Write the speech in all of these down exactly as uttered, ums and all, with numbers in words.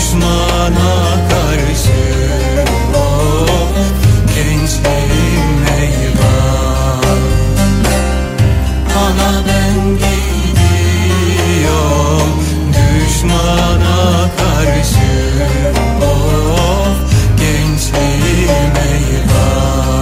düşmana karşı. Oh, gençliğim eyvah. Ana ben gidiyorum düşmana karşı. Oh, gençliğim eyvah.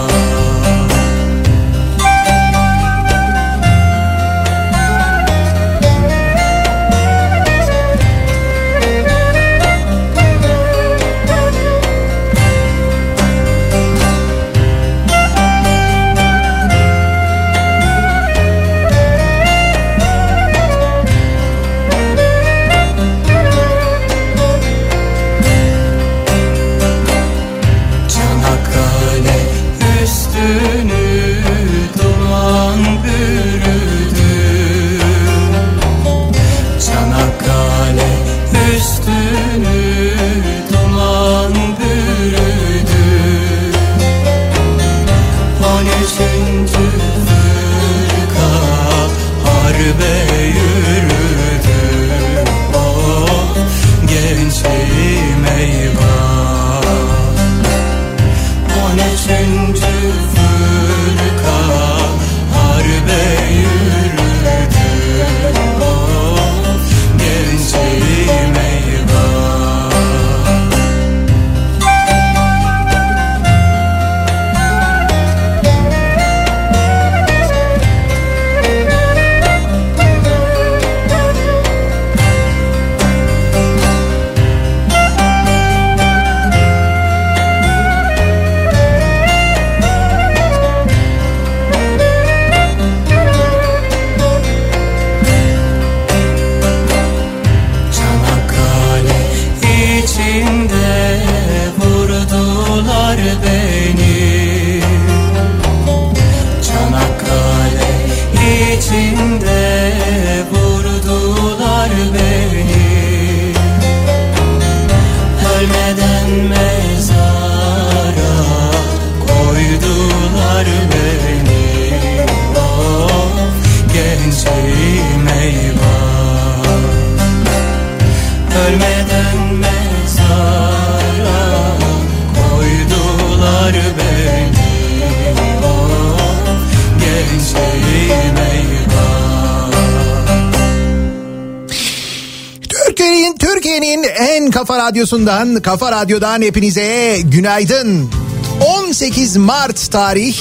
Kafa Radyosu'ndan, Kafa Radyo'dan hepinize günaydın. on sekiz Mart tarih,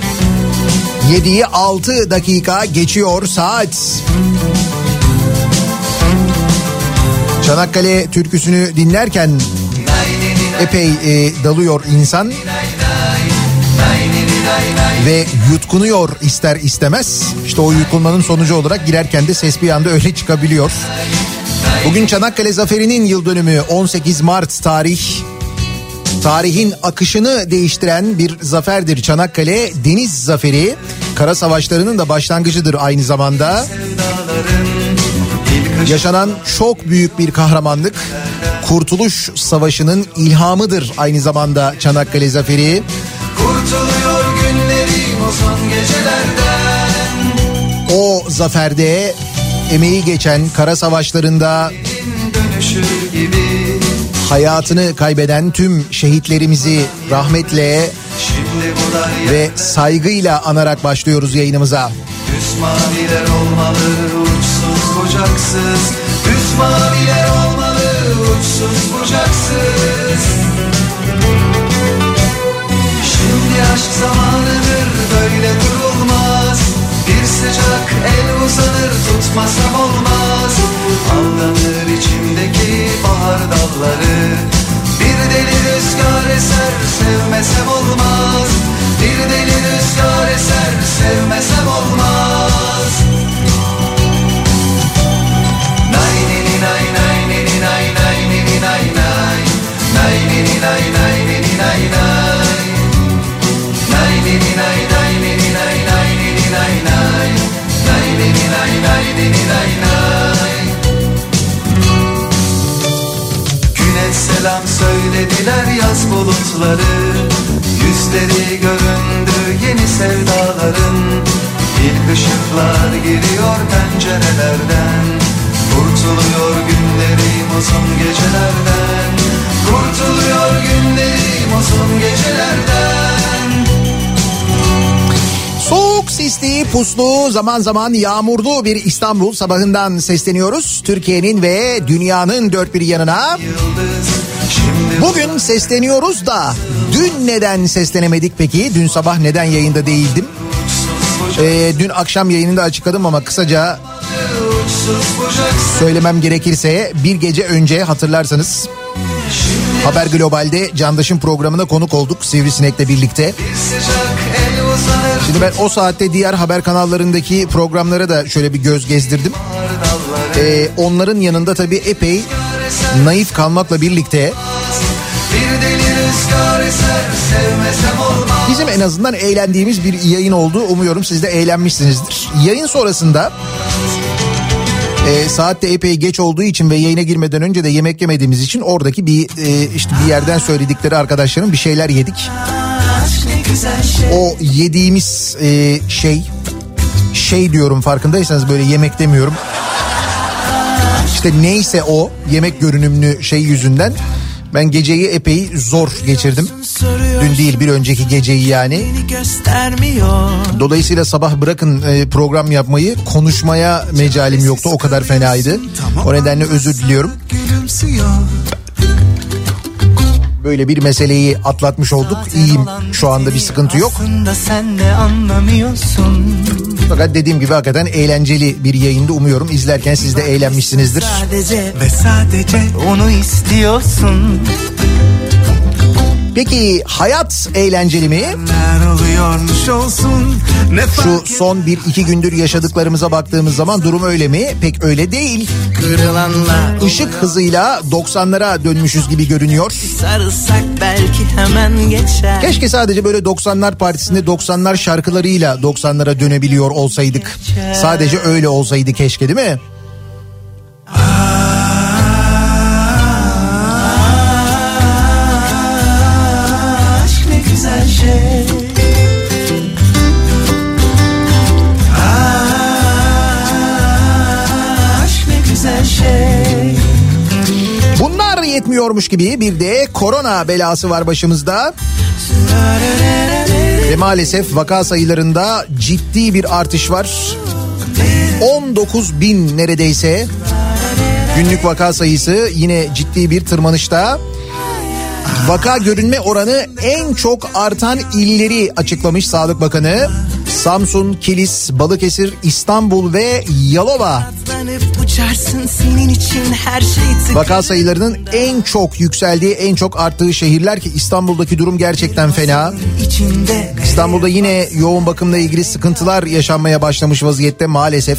yediyi altı dakika geçiyor saat. Çanakkale türküsünü dinlerken epey e, dalıyor insan ve yutkunuyor ister istemez. İşte o yutkunmanın sonucu olarak girerken de ses bir anda öyle çıkabiliyor. Bugün Çanakkale Zaferi'nin yıl dönümü, on sekiz Mart tarih. Tarihin akışını değiştiren bir zaferdir Çanakkale Deniz Zaferi. Kara savaşlarının da başlangıcıdır aynı zamanda. Yaşanan çok büyük bir kahramanlık. Kurtuluş Savaşı'nın ilhamıdır aynı zamanda Çanakkale Zaferi. Kurtuluyor günlerim o son gecelerden. O zaferde emeği geçen, kara savaşlarında hayatını kaybeden tüm şehitlerimizi rahmetle ve saygıyla anarak başlıyoruz yayınımıza. Üst maviler olmalı uçsuz bucaksız. Üst maviler olmalı uçsuz bucaksız. Şimdi aşk zamanıdır, böyle durulmaz. Bir sıcak el uzanır, tutmasam olmaz. Aldanır içimdeki bahar dalları. Bir deli rüzgar eser, sevmesem olmaz. Bir deli rüzgar eser, sevmesem olmaz. Nay nini nay nay nini nay nay nini nay nay. Nay nini nay nay nini nay nay. Nay nini nay nay nini nay nay nini nay nay. Nay nini nay nay nini nay nay. Güneş selam söylediler yaz bulutları. Yüzleri göründü yeni sevdaların. İlk ışıklar giriyor pencerelerden. Kurtuluyor günlerim uzun gecelerden, kurtuluyor günlerim uzun gecelerden. Soğuk, sisli, puslu, zaman zaman yağmurlu bir İstanbul sabahından sesleniyoruz. Türkiye'nin ve dünyanın dört bir yanına. Bugün sesleniyoruz da dün neden seslenemedik peki? Dün sabah neden yayında değildim? Ee, dün akşam yayınında açıkladım ama kısaca söylemem gerekirse bir gece önce hatırlarsanız Haber Global'de Candaş'ın programına konuk olduk Sivrisinek'le birlikte. Şimdi ben o saatte diğer haber kanallarındaki programlara da şöyle bir göz gezdirdim. Ee, onların yanında tabii epey naif kalmakla birlikte bizim en azından eğlendiğimiz bir yayın oldu. Umuyorum siz de eğlenmişsinizdir. Yayın sonrasında e, saat de epey geç olduğu için ve yayına girmeden önce de yemek yemediğimiz için oradaki bir e, işte bir yerden söyledikleri arkadaşlarım bir şeyler yedik. O yediğimiz e, şey şey diyorum farkındaysanız, böyle yemek demiyorum. İşte neyse o yemek görünümlü şey yüzünden ben geceyi epey zor geçirdim. Dün değil, bir önceki geceyi yani. Dolayısıyla sabah bırakın e, program yapmayı, konuşmaya mecalim yoktu. O kadar fenaydı. O nedenle özür diliyorum. Böyle bir meseleyi atlatmış olduk. İyiyim. Şu anda bir sıkıntı yok. Fakat dediğim gibi hakikaten eğlenceli bir yayında. Umuyorum izlerken siz de eğlenmişsinizdir. Sadece ve sadece onu istiyorsun. Peki hayat eğlenceli mi? Olsun, Şu son bir iki gündür yaşadıklarımıza baktığımız zaman durum öyle mi? Pek öyle değil. Kırılanlar Işık hızıyla doksanlara dönmüşüz gibi görünüyor. Sarılsak belki hemen geçer. Keşke sadece böyle doksanlar partisinde doksanlar şarkılarıyla doksanlara dönebiliyor olsaydık. Sadece öyle olsaydı keşke, değil mi? Aşk ne güzel şey. Aşk ne güzel şey. Bunlar yetmiyormuş gibi bir de korona belası var başımızda. Ve maalesef vaka sayılarında ciddi bir artış var. on dokuz bin neredeyse günlük vaka sayısı, yine ciddi bir tırmanışta. Vaka görünme oranı en çok artan illeri açıklamış Sağlık Bakanı. Samsun, Kilis, Balıkesir, İstanbul ve Yalova. Vaka sayılarının en çok yükseldiği, en çok arttığı şehirler ki İstanbul'daki durum gerçekten fena. İstanbul'da yine yoğun bakımla ilgili sıkıntılar yaşanmaya başlamış vaziyette maalesef.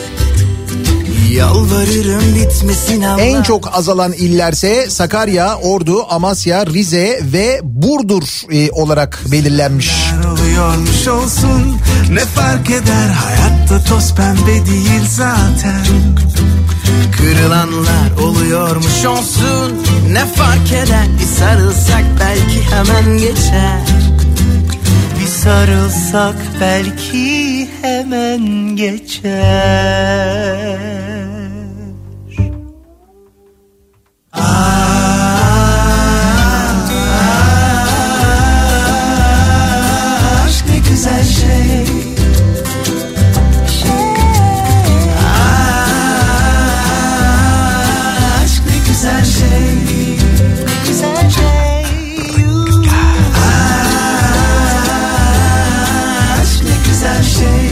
Yalvarırım bitmesin Allah. En çok azalan illerse Sakarya, Ordu, Amasya, Rize ve Burdur e, olarak belirlenmiş. Oluyormuş olsun, ne fark eder, hayatta toz pembe değil zaten. Kırılanlar oluyormuş olsun, ne fark eder, bir sarılsak belki hemen geçer. Bir sarılsak belki hemen geçer. Aşk ne güzel şey. Aşk ne güzel şey. Güzel şey. Aşk ne güzel şey.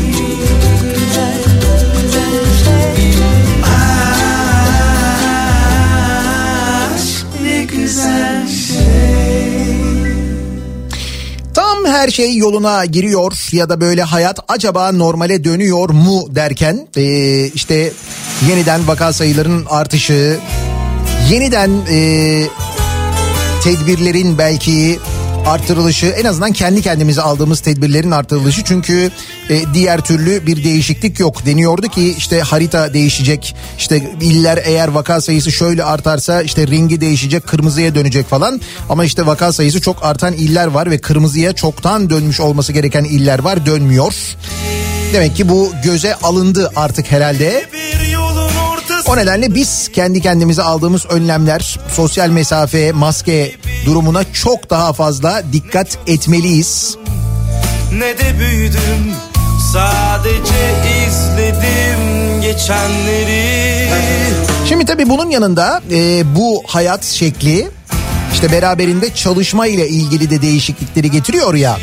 Tam her şey yoluna giriyor ya da böyle hayat acaba normale dönüyor mu derken ee, işte yeniden vaka sayılarının artışı, yeniden ee, tedbirlerin belki artırılışı, en azından kendi kendimize aldığımız tedbirlerin artırılışı. Çünkü e, diğer türlü bir değişiklik yok. Deniyordu ki işte harita değişecek, işte iller eğer vaka sayısı şöyle artarsa işte rengi değişecek, kırmızıya dönecek falan. Ama işte vaka sayısı çok artan iller var ve kırmızıya çoktan dönmüş olması gereken iller var, dönmüyor. Demek ki bu göze alındı artık herhalde. O nedenle biz kendi kendimize aldığımız önlemler, sosyal mesafe, maske durumuna çok daha fazla dikkat etmeliyiz. Ne de büyüdüm, sadece izledim geçenleri. Şimdi tabii bunun yanında e, bu hayat şekli işte beraberinde çalışma ile ilgili de değişiklikleri getiriyor ya.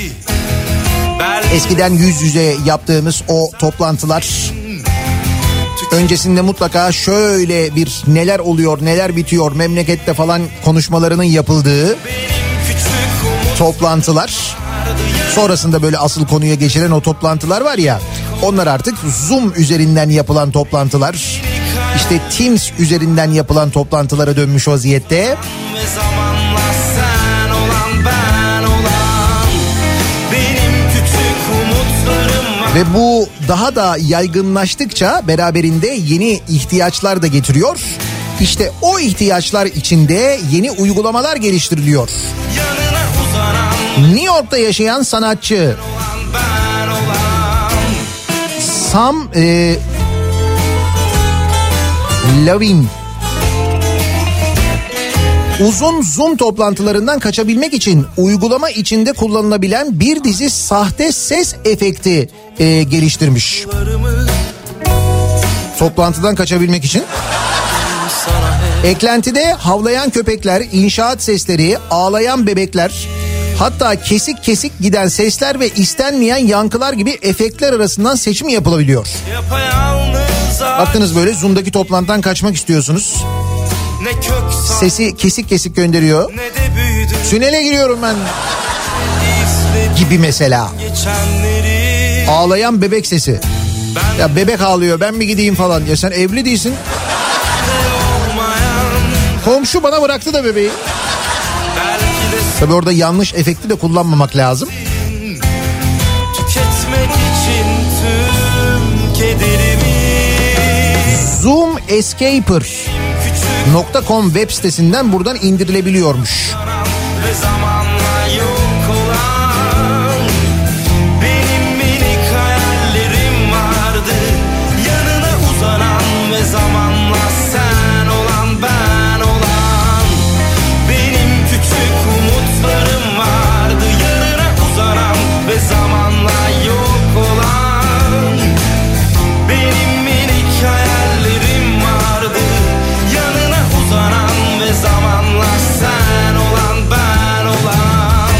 Eskiden yüz yüze yaptığımız o toplantılar, öncesinde mutlaka şöyle bir neler oluyor, neler bitiyor memlekette falan konuşmalarının yapıldığı toplantılar. Sonrasında böyle asıl konuya geçilen o toplantılar var ya, onlar artık Zoom üzerinden yapılan toplantılar, işte Teams üzerinden yapılan toplantılara dönmüş vaziyette. Ve bu daha da yaygınlaştıkça beraberinde yeni ihtiyaçlar da getiriyor. İşte o ihtiyaçlar içinde yeni uygulamalar geliştiriliyor. New York'ta yaşayan sanatçı Sam e, Lavin uzun Zoom toplantılarından kaçabilmek için uygulama içinde kullanılabilen bir dizi sahte ses efekti e, geliştirmiş. Toplantıdan kaçabilmek için. Eklentide havlayan köpekler, inşaat sesleri, ağlayan bebekler, hatta kesik kesik giden sesler ve istenmeyen yankılar gibi efektler arasından seçim yapılabiliyor. Baktınız böyle Zoom'daki toplantıdan kaçmak istiyorsunuz. Sesi kesik kesik gönderiyor. Tünele giriyorum ben gibi mesela. Ağlayan bebek sesi. Ya bebek ağlıyor, ben mi gideyim falan. Ya sen evli değilsin. Komşu bana bıraktı da bebeği. Tabii orada yanlış efekti de kullanmamak lazım. Tüketmek için tüm kederimi. Zoom Escaper nokta com web sitesinden buradan indirilebiliyormuş. Ve zamanla yok olan benim minik hayallerim vardı. Yanına uzanan ve zamanla sen olan ben olan benim küçük umutlarım vardı. Yanına uzanan ve zamanla yok olan benim minik hayallerim vardı. Yanına uzanan ve zamanla sen olan ben olan.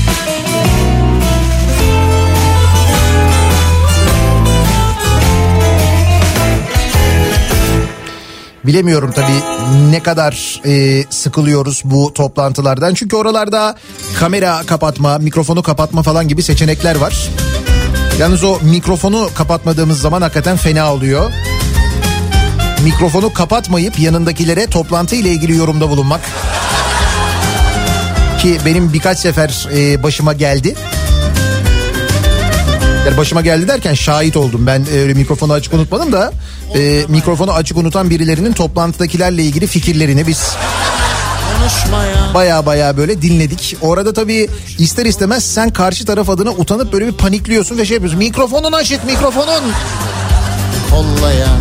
Bilemiyorum tabii ne kadar e, sıkılıyoruz bu toplantılardan. Çünkü oralarda kamera kapatma, mikrofonu kapatma falan gibi seçenekler var. Yalnız o mikrofonu kapatmadığımız zaman hakikaten fena oluyor. Mikrofonu kapatmayıp yanındakilere toplantı ile ilgili yorumda bulunmak. Ki benim birkaç sefer e, başıma geldi. Yani başıma geldi derken şahit oldum. Ben öyle mikrofonu açık unutmadım da e, mikrofonu açık unutan birilerinin toplantıdakilerle ilgili fikirlerini biz baya baya böyle dinledik. Orada tabii ister istemez sen karşı taraf adına utanıp böyle bir panikliyorsun ve şey yapıyorsun. Mikrofonun açık, mikrofonun. Kollayan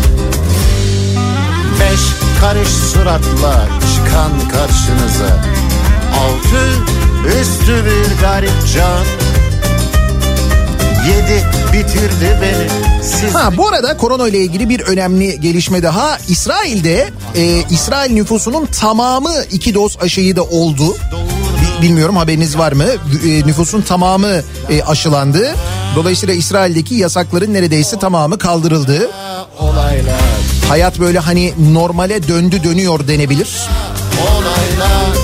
beş karış suratla çıkan karşınıza, altı üstü bir garip can, yedi bitirdi beni. Siz... Ha bu arada korona ile ilgili bir önemli gelişme daha. İsrail'de e, İsrail nüfusunun tamamı iki doz aşıyı da oldu. Bilmiyorum haberiniz var mı? E, nüfusun tamamı e, aşılandı. Dolayısıyla İsrail'deki yasakların neredeyse tamamı kaldırıldı. Olaylar. Hayat böyle hani normale döndü dönüyor denebilir. Olaylar.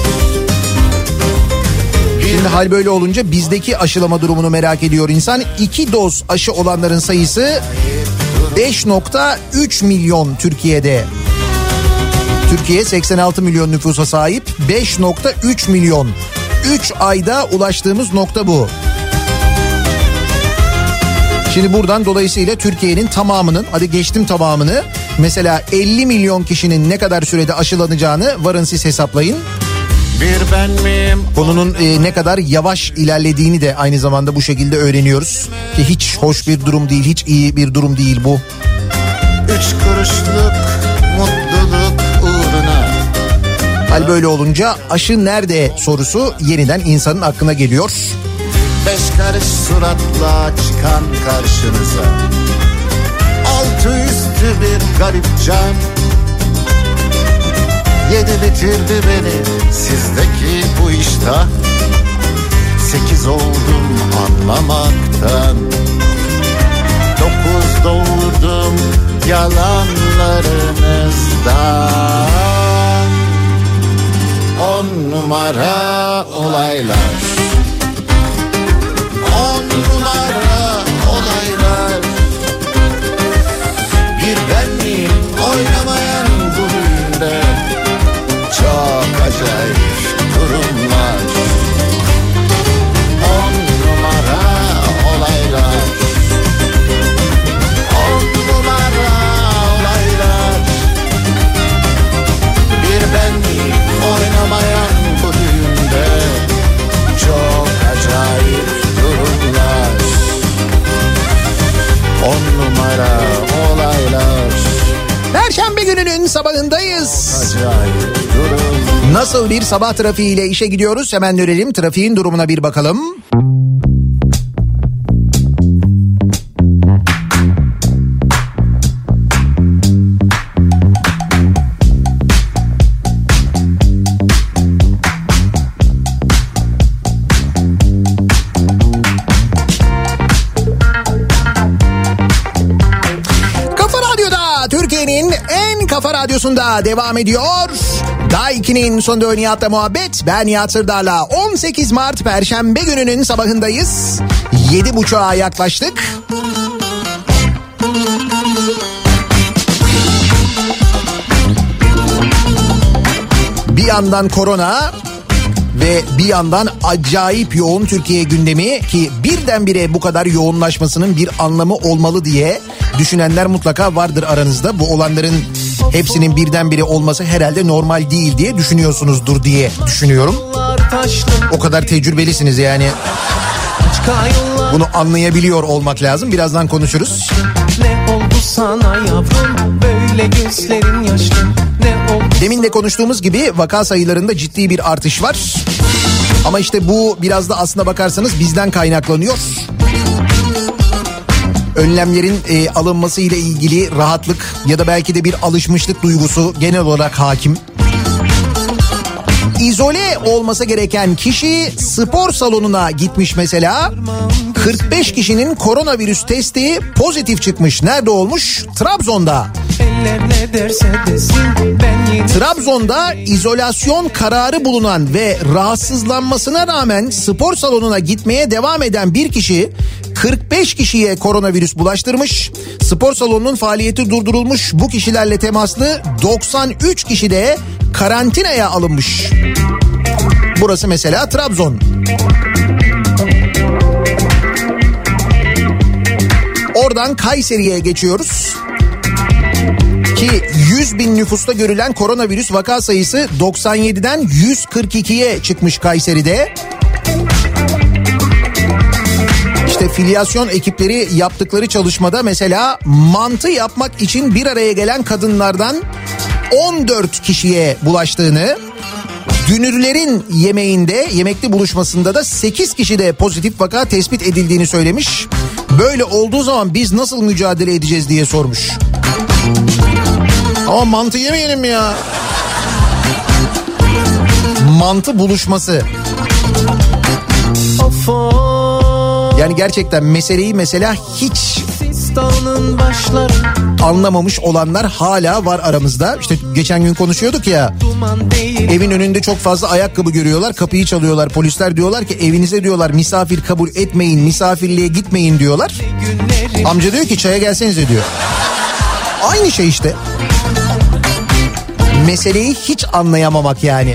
Şimdi hal böyle olunca bizdeki aşılama durumunu merak ediyor insan. İki doz aşı olanların sayısı beş nokta üç milyon Türkiye'de. Türkiye seksen altı milyon nüfusa sahip, beş nokta üç milyon. üç ayda ulaştığımız nokta bu. Şimdi buradan dolayısıyla Türkiye'nin tamamının, hadi geçtim tamamını, mesela elli milyon kişinin ne kadar sürede aşılanacağını varın siz hesaplayın. Bir ben miyim? Konunun e, ne kadar yavaş ilerlediğini de aynı zamanda bu şekilde öğreniyoruz. Ki hiç hoş bir durum değil, hiç iyi bir durum değil bu. Üç kuruşluk mutluluk uğruna. Hal böyle olunca aşı nerede sorusu yeniden insanın aklına geliyor. Beş karış suratla çıkan karşınıza, altı üstü bir garip can. Yedi bitirdi beni sizdeki bu iştah. Sekiz oldum anlamaktan. Dokuz doğurdum yalanlarınızdan. On numara olaylar. On numara olaylar. Bir benliğim oynamayan bu düğünde. Çok acayip durumlar. On numara olaylar. On numara olaylar. Bir benliğim oynamayan bu düğünde. Çok acayip durumlar. On numara olaylar. Perşembe gününün sabahındayız. Acayip durum. Nasıl bir sabah trafiğiyle işe gidiyoruz? Hemen dönelim, trafiğin durumuna bir bakalım. Kafa Radyosu'nda devam ediyor. Daha ikinin sonunda Nihat'la muhabbet. Ben Nihat Sırdar'la on sekiz Mart Perşembe gününün sabahındayız. Yedi buçuğa yaklaştık. Bir yandan korona ve bir yandan acayip yoğun Türkiye gündemi, ki birdenbire bu kadar yoğunlaşmasının bir anlamı olmalı diye düşünenler mutlaka vardır aranızda. Bu olanların hepsinin birdenbire olması herhalde normal değil diye düşünüyorsunuzdur diye düşünüyorum. O kadar tecrübelisiniz yani. Bunu anlayabiliyor olmak lazım. Birazdan konuşuruz. Ne oldu sana yavrum, böyle gözlerin yaşlı? Ne oldu? Demin de konuştuğumuz gibi vaka sayılarında ciddi bir artış var. Ama işte bu biraz da aslına bakarsanız bizden kaynaklanıyor. Önlemlerin e, alınması ile ilgili rahatlık ya da belki de bir alışmışlık duygusu genel olarak hakim. İzole olması gereken kişi spor salonuna gitmiş mesela. kırk beş kişinin koronavirüs testi pozitif çıkmış. Nerede olmuş? Trabzon'da. Trabzon'da izolasyon kararı bulunan ve rahatsızlanmasına rağmen spor salonuna gitmeye devam eden bir kişi kırk beş kişiye koronavirüs bulaştırmış. Spor salonunun faaliyeti durdurulmuş. Bu kişilerle temaslı doksan üç kişi de karantinaya alınmış. Burası mesela Trabzon. Oradan Kayseri'ye geçiyoruz. Ki yüz bin nüfusta görülen koronavirüs vaka sayısı doksan yediden yüz kırk ikiye çıkmış Kayseri'de. İşte filyasyon ekipleri yaptıkları çalışmada mesela mantı yapmak için bir araya gelen kadınlardan on dört kişiye bulaştığını, dünürlerin yemeğinde, yemekli buluşmasında da sekiz kişide pozitif vaka tespit edildiğini söylemiş. Böyle olduğu zaman biz nasıl mücadele edeceğiz diye sormuş. Ama mantı yemeyelim mi ya? Mantı buluşması. Yani gerçekten meseleyi mesela hiç anlamamış olanlar hala var aramızda. İşte geçen gün konuşuyorduk ya, evin önünde çok fazla ayakkabı görüyorlar, kapıyı çalıyorlar, polisler diyorlar ki evinize diyorlar misafir kabul etmeyin, misafirliğe gitmeyin diyorlar. Amca diyor ki çaya gelsenize diyor. Aynı şey işte. Meseleyi hiç anlayamamak yani.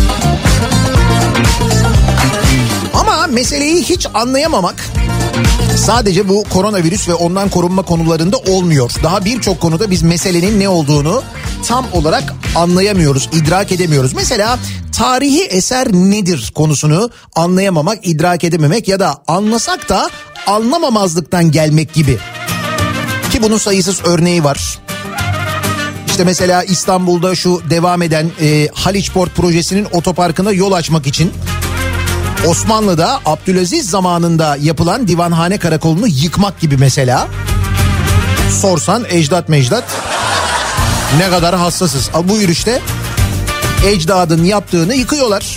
Ama meseleyi hiç anlayamamak Sadece bu koronavirüs ve ondan korunma konularında olmuyor. Daha birçok konuda biz meselenin ne olduğunu tam olarak anlayamıyoruz, idrak edemiyoruz. Mesela tarihi eser nedir konusunu anlayamamak, idrak edememek ya da anlasak da anlamamazlıktan gelmek gibi. Ki bunun sayısız örneği var. İşte mesela İstanbul'da şu devam eden e, Haliç Port projesinin otoparkına yol açmak için Osmanlı'da Abdülaziz zamanında yapılan Divanhane Karakolu'nu yıkmak gibi mesela. Sorsan ecdat mecdat ne kadar hassasız. Bu yürüyüşte ecdadın yaptığını yıkıyorlar.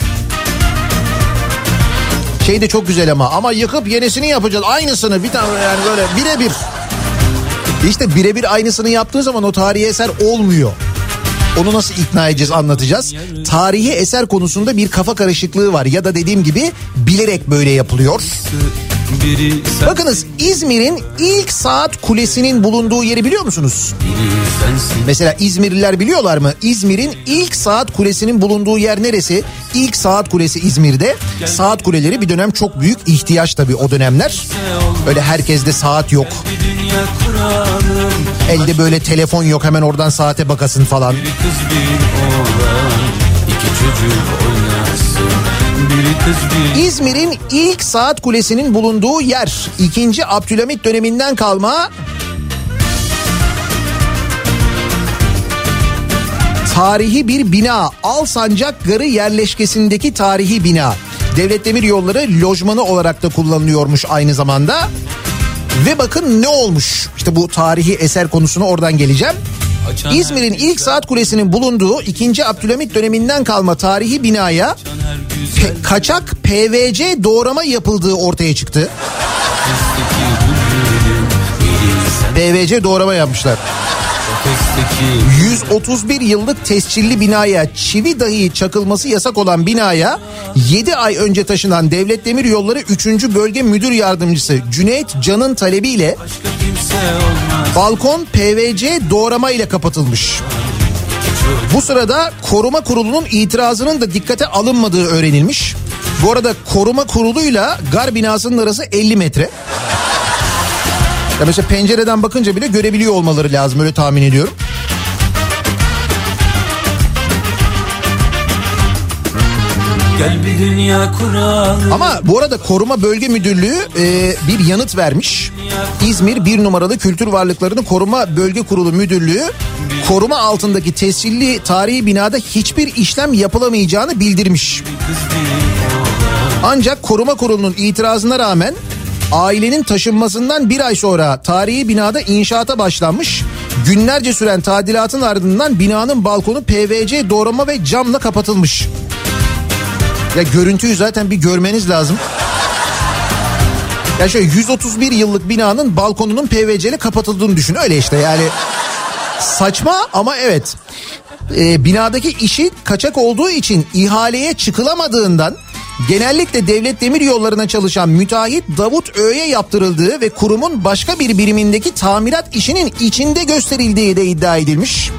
Şey de çok güzel ama ama yıkıp yenisini yapacağız. Aynısını bir tane yani böyle birebir. İşte birebir aynısını yaptığı zaman o tarihi eser olmuyor. Onu nasıl ikna edeceğiz, anlatacağız. Tarihi eser konusunda bir kafa karışıklığı var ya da dediğim gibi bilerek böyle yapılıyor. Bakınız İzmir'in ilk saat kulesinin bulunduğu yeri biliyor musunuz? Mesela İzmirliler biliyorlar mı? İzmir'in ilk saat kulesinin bulunduğu yer neresi? İlk saat kulesi İzmir'de. Saat kuleleri bir dönem çok büyük ihtiyaç tabii o dönemler. Öyle herkeste saat yok. Elde böyle telefon yok, hemen oradan saate bakasın falan. İzmir'in ilk saat kulesinin bulunduğu yer ikinci. Abdülhamit döneminden kalma tarihi bir bina. Alsancak Garı yerleşkesindeki tarihi bina. Devlet Demiryolları lojmanı olarak da kullanılıyormuş aynı zamanda. Ve bakın ne olmuş? İşte bu tarihi eser konusuna oradan geleceğim. İzmir'in ilk saat kulesinin bulunduğu ikinci. Abdülhamit döneminden kalma tarihi binaya pe- kaçak P V C doğrama yapıldığı ortaya çıktı. P V C doğrama yapmışlar. yüz otuz bir yıllık tescilli binaya çivi dahi çakılması yasak olan binaya yedi ay önce taşınan Devlet Demiryolları üçüncü Bölge Müdür Yardımcısı Cüneyt Can'ın talebiyle balkon P V C doğrama ile kapatılmış. Bu sırada koruma kurulunun itirazının da dikkate alınmadığı öğrenilmiş. Bu arada koruma kuruluyla gar binasının arası elli metre. Ya mesela pencereden bakınca bile görebiliyor olmaları lazım, öyle tahmin ediyorum. Gel bir dünya kuralım. Ama bu arada Koruma Bölge Müdürlüğü e, bir yanıt vermiş. İzmir bir numaralı Kültür Varlıklarını Koruma Bölge Kurulu Müdürlüğü koruma altındaki tescilli tarihi binada hiçbir işlem yapılamayacağını bildirmiş. Ancak koruma kurulunun itirazına rağmen ailenin taşınmasından bir ay sonra tarihi binada inşaata başlanmış. Günlerce süren tadilatın ardından binanın balkonu P V C doğrama ve camla kapatılmış. Ya görüntüyü zaten bir görmeniz lazım. Ya şöyle yüz otuz bir yıllık binanın balkonunun P V C ile kapatıldığını düşün. Öyle işte yani saçma ama evet. Ee, binadaki işi kaçak olduğu için ihaleye çıkılamadığından genellikle Devlet Demiryolları'na çalışan müteahhit Davut Öğe yaptırıldığı ve kurumun başka bir birimindeki tamirat işinin içinde gösterildiği de iddia edilmiş.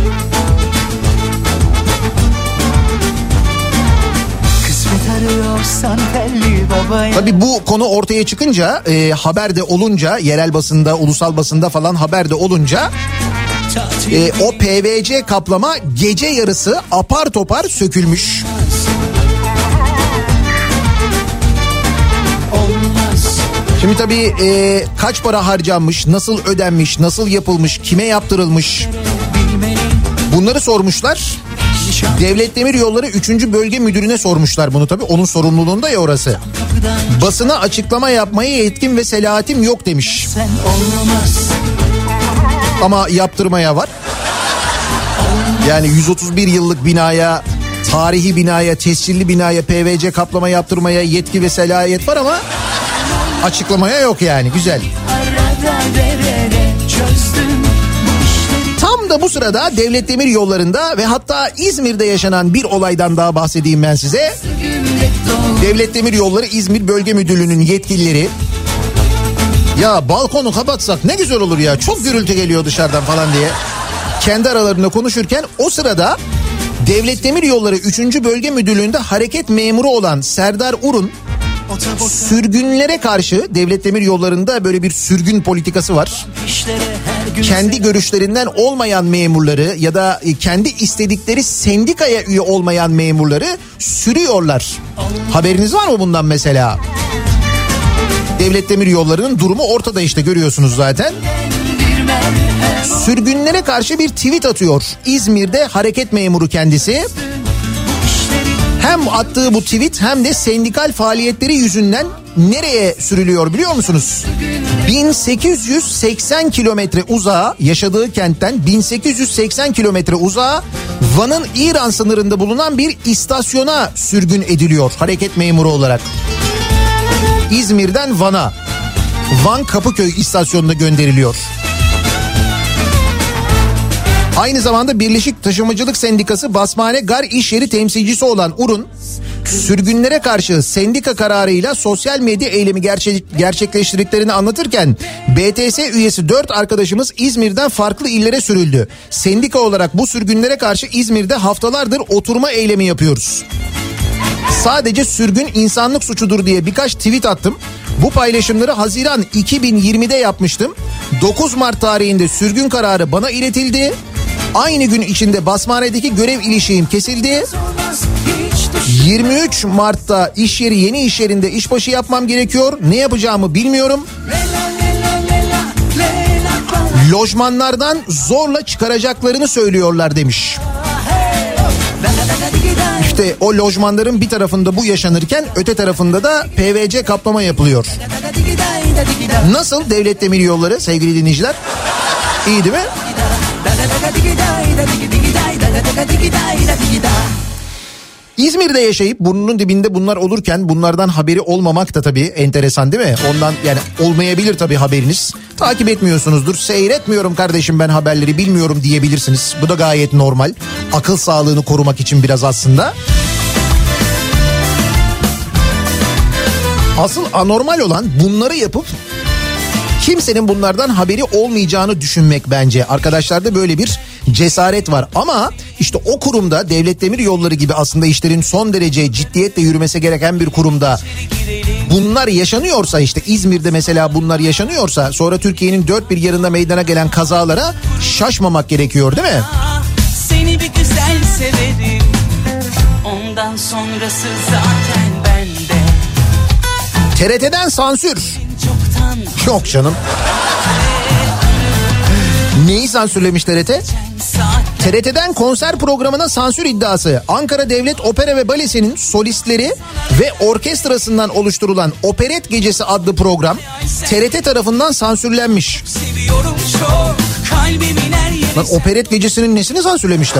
Tabii bu konu ortaya çıkınca, e, haberde olunca, yerel basında, ulusal basında falan haberde olunca e, o P V C kaplama gece yarısı apar topar sökülmüş. Şimdi tabii e, kaç para harcanmış, nasıl ödenmiş, nasıl yapılmış, kime yaptırılmış bunları sormuşlar. Devlet Demiryolları üçüncü Bölge Müdürü'ne sormuşlar bunu tabii, onun sorumluluğunda ya orası. Basına açıklama yapmaya yetkim ve selahatim yok demiş. Ama yaptırmaya var. Yani yüz otuz bir yıllık binaya, tarihi binaya, tescilli binaya P V C kaplama yaptırmaya yetki ve selahiyet var ama açıklamaya yok yani. Güzel. Tam da bu sırada Devlet Demiryolları'nda ve hatta İzmir'de yaşanan bir olaydan daha bahsedeyim ben size. Devlet Demiryolları İzmir Bölge Müdürlüğü'nün yetkilileri, ya balkonu kapatsak ne güzel olur ya, çok gürültü geliyor dışarıdan falan diye kendi aralarında konuşurken o sırada Devlet Demiryolları üçüncü Bölge Müdürlüğü'nde hareket memuru olan Serdar Urun Sürgünlere karşı Devlet Demiryolları'nda böyle bir sürgün politikası var. Kendi görüşlerinden olmayan memurları ya da kendi istedikleri sendikaya üye olmayan memurları sürüyorlar. Haberiniz var mı bundan mesela? Devlet Demiryolları'nın durumu ortada, işte görüyorsunuz zaten. Sürgünlere karşı bir tweet atıyor İzmir'de hareket memuru kendisi. Hem attığı bu tweet hem de sendikal faaliyetleri yüzünden nereye sürülüyor biliyor musunuz? bin sekiz yüz seksen kilometre uzağa, yaşadığı kentten bin sekiz yüz seksen kilometre uzağa Van'ın İran sınırında bulunan bir istasyona sürgün ediliyor hareket memuru olarak. İzmir'den Van'a, Van Kapıköy istasyonuna gönderiliyor. Aynı zamanda Birleşik Taşımacılık Sendikası Basmane Gar İş Yeri temsilcisi olan Urun, sürgünlere karşı sendika kararıyla sosyal medya eylemi gerçek, gerçekleştirdiklerini anlatırken B T S üyesi dört arkadaşımız İzmir'den farklı illere sürüldü. Sendika olarak bu sürgünlere karşı İzmir'de haftalardır oturma eylemi yapıyoruz. Sadece sürgün insanlık suçudur diye birkaç tweet attım. Bu paylaşımları Haziran iki bin yirmide yapmıştım. dokuz Mart tarihinde sürgün kararı bana iletildi. Aynı gün içinde Basmane'deki görev ilişiğim kesildi. yirmi üç Mart'ta iş yeri yeni iş yerinde işbaşı yapmam gerekiyor. Ne yapacağımı bilmiyorum. Lojmanlardan zorla çıkaracaklarını söylüyorlar demiş. İşte o lojmanların bir tarafında bu yaşanırken öte tarafında da P V C kaplama yapılıyor. Nasıl Devlet Demiryolları sevgili dinleyiciler? İyi değil mi? İzmir'de yaşayıp burnunun dibinde bunlar olurken bunlardan haberi olmamak da tabii enteresan değil mi? Ondan yani olmayabilir tabii haberiniz. Takip etmiyorsunuzdur. Seyretmiyorum kardeşim ben haberleri, bilmiyorum diyebilirsiniz. Bu da gayet normal. Akıl sağlığını korumak için biraz aslında. Asıl anormal olan bunları yapıp kimsenin bunlardan haberi olmayacağını düşünmek bence. Arkadaşlarda böyle bir cesaret var ama işte o kurumda, Devlet Demiryolları gibi aslında işlerin son derece ciddiyetle yürümesi gereken bir kurumda bunlar yaşanıyorsa, işte İzmir'de mesela bunlar yaşanıyorsa, sonra Türkiye'nin dört bir yanında meydana gelen kazalara şaşmamak gerekiyor değil mi? Seni bir güzel severim, ondan sonrası zaten bende. T R T'den sansür. Yok canım. Neyi sansürlemiş T R T? T R T'den konser programına sansür iddiası. Ankara Devlet Opera ve Balesi'nin solistleri ve orkestrasından oluşturulan Operet Gecesi adlı program T R T tarafından sansürlenmiş. Lan Operet Gecesi'nin nesini sansürlemişler?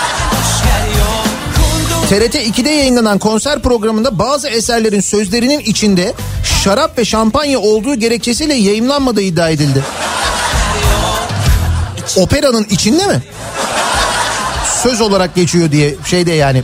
T R T ikide yayınlanan konser programında bazı eserlerin sözlerinin içinde şarap ve şampanya olduğu gerekçesiyle yayımlanmadığı iddia edildi. Operanın içinde mi? Söz olarak geçiyor diye şeyde yani.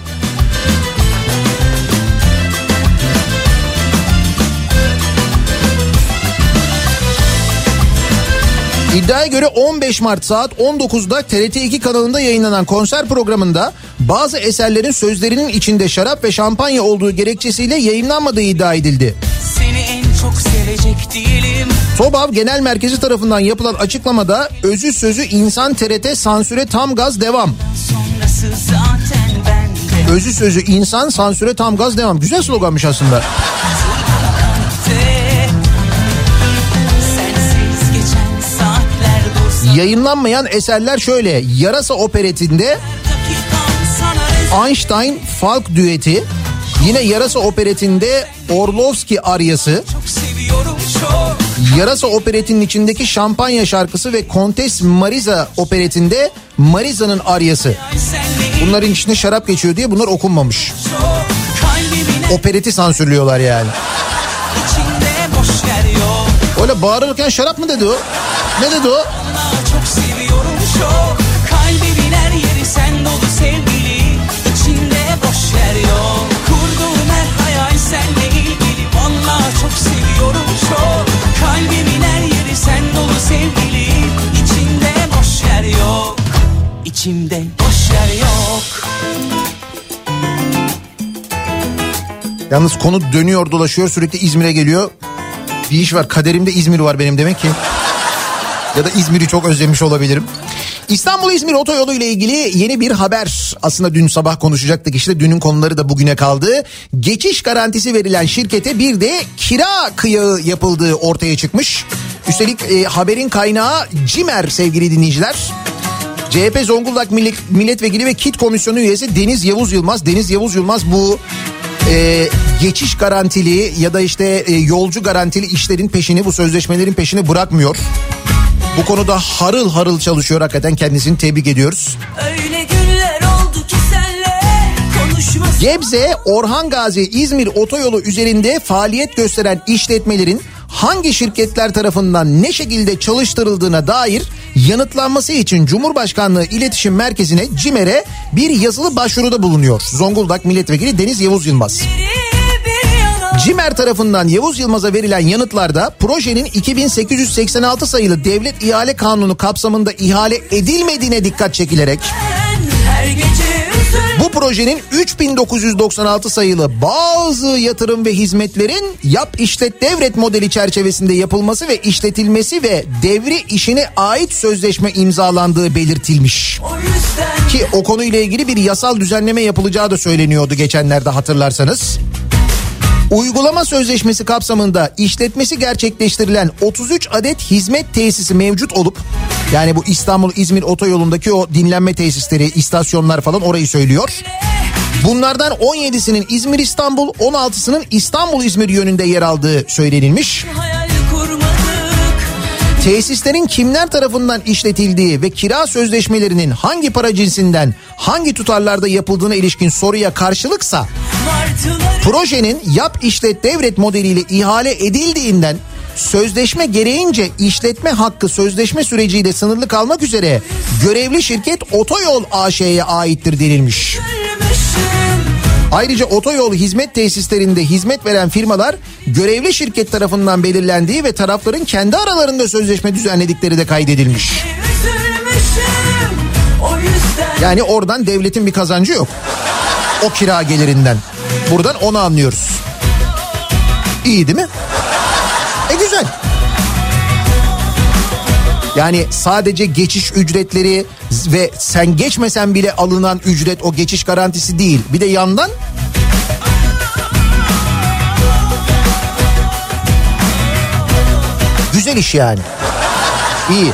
İddiaya göre on beş Mart saat on dokuzda T R T iki kanalında yayınlanan konser programında bazı eserlerin sözlerinin içinde şarap ve şampanya olduğu gerekçesiyle yayınlanmadığı iddia edildi. Seni en çok sevecek değilim. TOBAV Genel Merkezi tarafından yapılan açıklamada özü sözü insan T R T sansüre tam gaz devam. Sonrası zaten bende. Özü sözü insan sansüre tam gaz devam. Güzel sloganmış aslında. Yayınlanmayan eserler şöyle: Yarasa Operetinde Einstein Falk düeti, yine Yarasa Operetinde Orlovski aryası, Yarasa Operetinin içindeki Şampanya şarkısı ve Kontes Mariza Operetinde Mariza'nın aryası. Bunların içinde şarap geçiyor diye bunlar okunmamış. Opereti sansürlüyorlar yani. Öyle bağırırken şarap mı dedi o? Ne dedi o? Çok seviyorum çok. Kalbimin her yeri sen dolu sevgili. İçinde boş yer yok. Kurduğum her hayal seninle ilgili. Vallahi çok seviyorum çok. Kalbimin her yeri sen dolu sevgili. İçinde boş yer yok. İçimde boş yer yok. Yalnız konu dönüyor dolaşıyor, sürekli İzmir'e geliyor. Bir iş var, kaderimde İzmir var benim demek ki. Ya da İzmir'i çok özlemiş olabilirim. İstanbul-İzmir otoyolu ile ilgili yeni bir haber. Aslında dün sabah konuşacaktık, işte dünün konuları da bugüne kaldı. Geçiş garantisi verilen şirkete bir de kira kıyağı yapıldığı ortaya çıkmış. Üstelik e, haberin kaynağı Cimer sevgili dinleyiciler. C H P Zonguldak Millet, Milletvekili ve KİT Komisyonu üyesi Deniz Yavuz Yılmaz. Deniz Yavuz Yılmaz bu e, geçiş garantili ya da işte e, yolcu garantili işlerin peşini, bu sözleşmelerin peşini bırakmıyor. Bu konuda harıl harıl çalışıyor, hakikaten kendisini tebrik ediyoruz. Öyle günler oldu ki senle konuşmasın. Gebze, Orhan Gazi, İzmir otoyolu üzerinde faaliyet gösteren işletmelerin hangi şirketler tarafından ne şekilde çalıştırıldığına dair yanıtlanması için Cumhurbaşkanlığı İletişim Merkezi'ne Cimer'e bir yazılı başvuruda bulunuyor Zonguldak Milletvekili Deniz Yavuz Yılmaz. Cimer tarafından Yavuz Yılmaz'a verilen yanıtlarda projenin iki bin sekiz yüz seksen altı sayılı Devlet İhale Kanunu kapsamında ihale edilmediğine dikkat çekilerek bu projenin üç bin dokuz yüz doksan altı sayılı bazı yatırım ve hizmetlerin yap işlet devret modeli çerçevesinde yapılması ve işletilmesi ve devri işine ait sözleşme imzalandığı belirtilmiş. Ki o konuyla ilgili bir yasal düzenleme yapılacağı da söyleniyordu geçenlerde, hatırlarsanız. Uygulama sözleşmesi kapsamında işletmesi gerçekleştirilen otuz üç adet hizmet tesisi mevcut olup, yani bu İstanbul-İzmir otoyolundaki o dinlenme tesisleri, istasyonlar falan, orayı söylüyor. Bunlardan on yedisinin İzmir-İstanbul, on altısının İstanbul-İzmir yönünde yer aldığı söylenilmiş. Tesislerin kimler tarafından işletildiği ve kira sözleşmelerinin hangi para cinsinden hangi tutarlarda yapıldığına ilişkin soruya karşılıksa projenin yap işlet devret modeliyle ihale edildiğinden sözleşme gereğince işletme hakkı sözleşme süreciyle sınırlı kalmak üzere görevli şirket Otoyol A Ş'ye aittir denilmiş. Ayrıca otoyol hizmet tesislerinde hizmet veren firmalar görevli şirket tarafından belirlendiği ve tarafların kendi aralarında sözleşme düzenledikleri de kaydedilmiş. Yani oradan devletin bir kazancı yok. O kira gelirinden. Buradan onu anlıyoruz. İyi değil mi? E güzel. Yani sadece geçiş ücretleri ve sen geçmesen bile alınan ücret o geçiş garantisi değil. Bir de yandan güzel iş yani. İyi.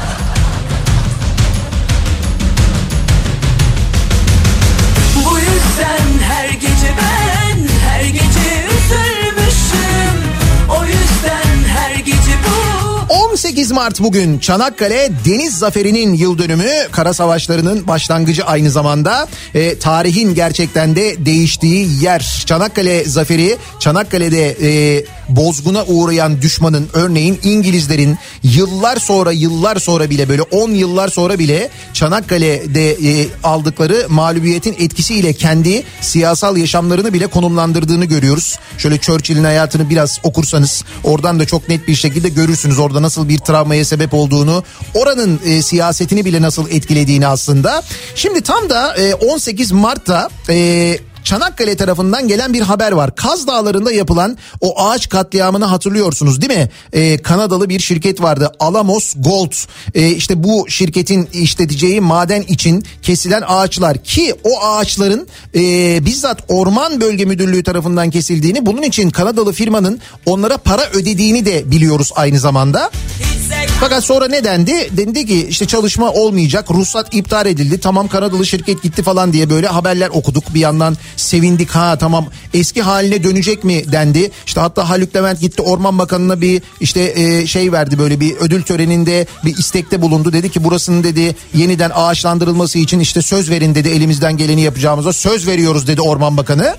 Bu yüzden her gece ben her gece üzülmüşüm. O yüzden her gece bu. on sekiz Mart bugün, Çanakkale Deniz Zaferi'nin yıl dönümü, kara savaşlarının başlangıcı aynı zamanda. E, tarihin gerçekten de değiştiği yer. Çanakkale Zaferi, Çanakkale'de e, bozguna uğrayan düşmanın, örneğin İngilizlerin yıllar sonra yıllar sonra bile, böyle on yıllar sonra bile Çanakkale'de e, aldıkları mağlubiyetin etkisiyle kendi siyasal yaşamlarını bile konumlandırdığını görüyoruz. Şöyle Churchill'in hayatını biraz okursanız oradan da çok net bir şekilde görürsünüz orada nasıl bir travmaya sebep olduğunu, oranın e, siyasetini bile nasıl etkilediğini aslında. Şimdi tam da e, on sekiz Mart'ta e, Çanakkale tarafından gelen bir haber var. Kaz Dağları'nda yapılan o ağaç katliamını hatırlıyorsunuz değil mi? Ee, Kanadalı bir şirket vardı, Alamos Gold. Ee, işte bu şirketin işleteceği maden için kesilen ağaçlar, ki o ağaçların e, bizzat Orman Bölge Müdürlüğü tarafından kesildiğini, bunun için Kanadalı firmanın onlara para ödediğini de biliyoruz aynı zamanda. Fakat sonra ne dendi? Dendi ki işte çalışma olmayacak, ruhsat iptal edildi, tamam Kanadalı şirket gitti falan diye böyle haberler okuduk. Bir yandan sevindik, ha tamam eski haline dönecek mi dendi. İşte hatta Haluk Levent gitti Orman Bakanı'na bir işte e, şey verdi, böyle bir ödül töreninde bir istekte bulundu. Dedi ki burasının dedi yeniden ağaçlandırılması için işte söz verin dedi, elimizden geleni yapacağımıza söz veriyoruz dedi Orman Bakanı.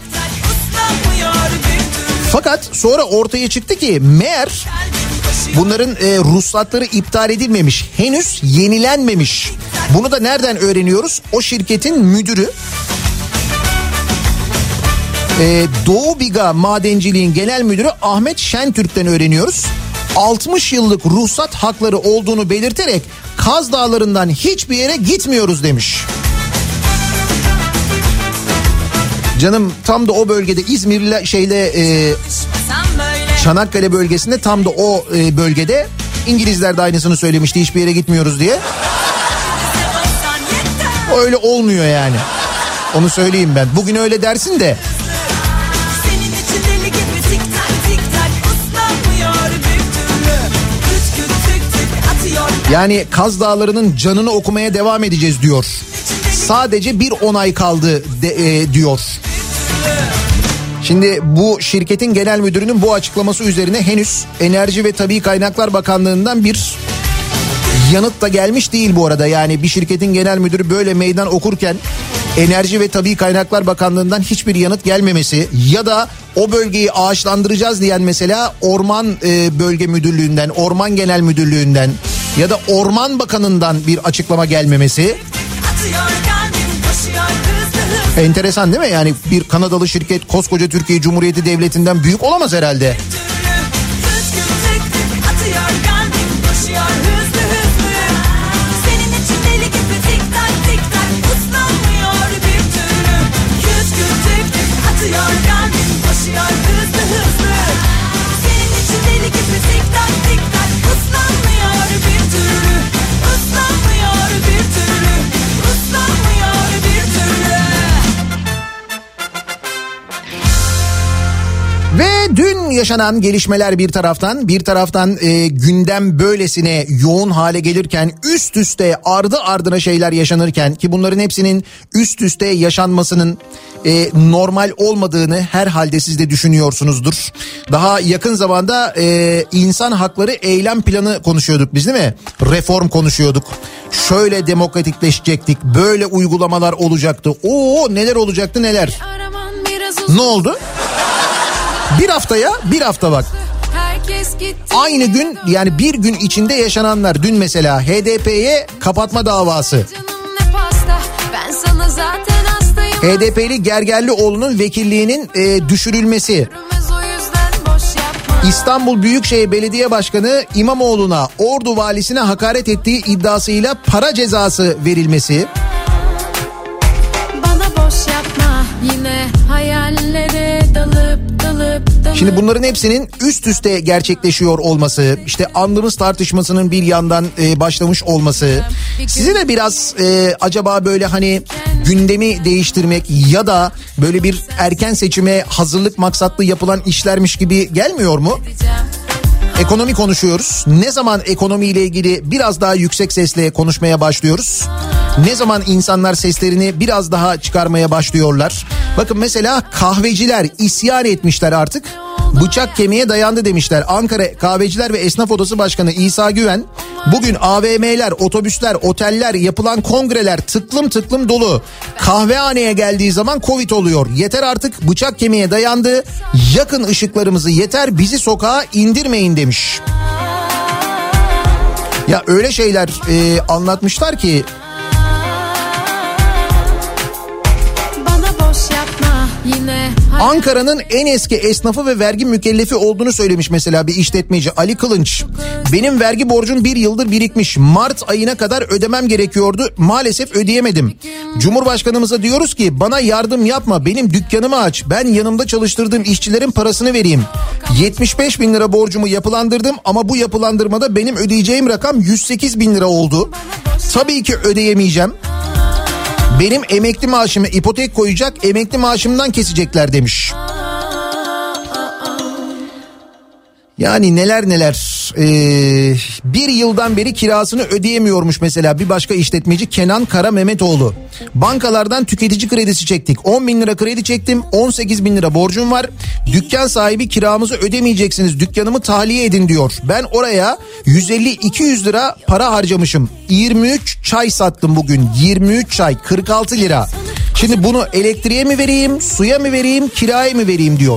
Fakat sonra ortaya çıktı ki meğer bunların e, ruhsatları iptal edilmemiş, henüz yenilenmemiş. Bunu da nereden öğreniyoruz? O şirketin müdürü, e, Doğu Biga Madenciliğin genel müdürü Ahmet Şentürk'ten öğreniyoruz. altmış yıllık ruhsat hakları olduğunu belirterek Kaz Dağları'ndan hiçbir yere gitmiyoruz demiş. Canım tam da o bölgede İzmir'le şeyle e, Çanakkale bölgesinde tam da o e, bölgede İngilizler de aynısını söylemişti hiçbir yere gitmiyoruz diye. Öyle olmuyor yani. Onu söyleyeyim ben. Bugün öyle dersin de. Yani Kaz Dağları'nın canını okumaya devam edeceğiz diyor. Sadece bir onay kaldı de, e, diyor. Şimdi bu şirketin genel müdürünün bu açıklaması üzerine henüz Enerji ve Tabii Kaynaklar Bakanlığı'ndan bir yanıt da gelmiş değil bu arada. Yani bir şirketin genel müdürü böyle meydan okurken Enerji ve Tabii Kaynaklar Bakanlığı'ndan hiçbir yanıt gelmemesi ya da o bölgeyi ağaçlandıracağız diyen mesela Orman e, Bölge Müdürlüğü'nden, Orman Genel Müdürlüğü'nden ya da Orman Bakanı'ndan bir açıklama gelmemesi. Enteresan değil mi? Yani bir Kanadalı şirket koskoca Türkiye Cumhuriyeti Devleti'nden büyük olamaz herhalde. Ve dün yaşanan gelişmeler bir taraftan, bir taraftan e, gündem böylesine yoğun hale gelirken, üst üste ardı ardına şeyler yaşanırken ki bunların hepsinin üst üste yaşanmasının e, normal olmadığını herhalde siz de düşünüyorsunuzdur. Daha yakın zamanda e, insan hakları eylem planı konuşuyorduk biz, değil mi? Reform konuşuyorduk. Şöyle demokratikleşecektik, böyle uygulamalar olacaktı. Oo, neler olacaktı neler. Ne oldu? Bir haftaya bir hafta bak. Aynı gün, yani bir gün içinde yaşananlar. Dün mesela H D P'ye kapatma davası. H D P'li Gergerlioğlu'nun vekilliğinin e, düşürülmesi. İstanbul Büyükşehir Belediye Başkanı İmamoğlu'na Ordu valisine hakaret ettiği iddiasıyla para cezası verilmesi. Bana boş yapma, yine hayallere dalıp dalıp dalıp. Şimdi bunların hepsinin üst üste gerçekleşiyor olması, işte andımız tartışmasının bir yandan e, başlamış olması, size de biraz e, acaba böyle hani gündemi değiştirmek ya da böyle bir erken seçime hazırlık maksatlı yapılan işlermiş gibi gelmiyor mu? Ekonomi konuşuyoruz. Ne zaman ekonomiyle ilgili biraz daha yüksek sesle konuşmaya başlıyoruz? Ne zaman insanlar seslerini biraz daha çıkarmaya başlıyorlar? Bakın mesela kahveciler isyan etmişler artık. Bıçak kemiğe dayandı demişler. Ankara Kahveciler ve Esnaf Odası Başkanı İsa Güven bugün A V M'ler, otobüsler, oteller, yapılan kongreler tıklım tıklım dolu. Kahvehaneye geldiği zaman Covid oluyor. Yeter artık, bıçak kemiğe dayandı. Yakın ışıklarımızı, yeter bizi sokağa indirmeyin demiş. Ya öyle şeyler e, anlatmışlar ki. Ankara'nın en eski esnafı ve vergi mükellefi olduğunu söylemiş mesela bir işletmeci Ali Kılınç. Benim vergi borcum bir yıldır birikmiş. Mart ayına kadar ödemem gerekiyordu. Maalesef ödeyemedim. Cumhurbaşkanımıza diyoruz ki bana yardım yapma. Benim dükkanımı aç. Ben yanımda çalıştırdığım işçilerin parasını vereyim. yetmiş beş bin lira borcumu yapılandırdım ama bu yapılandırmada benim ödeyeceğim rakam yüz sekiz bin lira oldu. Tabii ki ödeyemeyeceğim. Benim emekli maaşımı ipotek koyacak, emekli maaşımdan kesecekler demiş. Yani neler neler. Ee, bir yıldan beri kirasını ödeyemiyormuş mesela bir başka işletmeci Kenan Kara Mehmetoğlu. Bankalardan tüketici kredisi çektik. on bin lira kredi çektim, on sekiz bin lira borcum var. Dükkan sahibi kiramızı ödemeyeceksiniz, dükkanımı tahliye edin diyor. Ben oraya yüz elli iki yüz lira para harcamışım. yirmi üç çay sattım bugün. yirmi üç çay kırk altı lira. Şimdi bunu elektriğe mi vereyim, suya mı vereyim, kiraya mı vereyim diyor.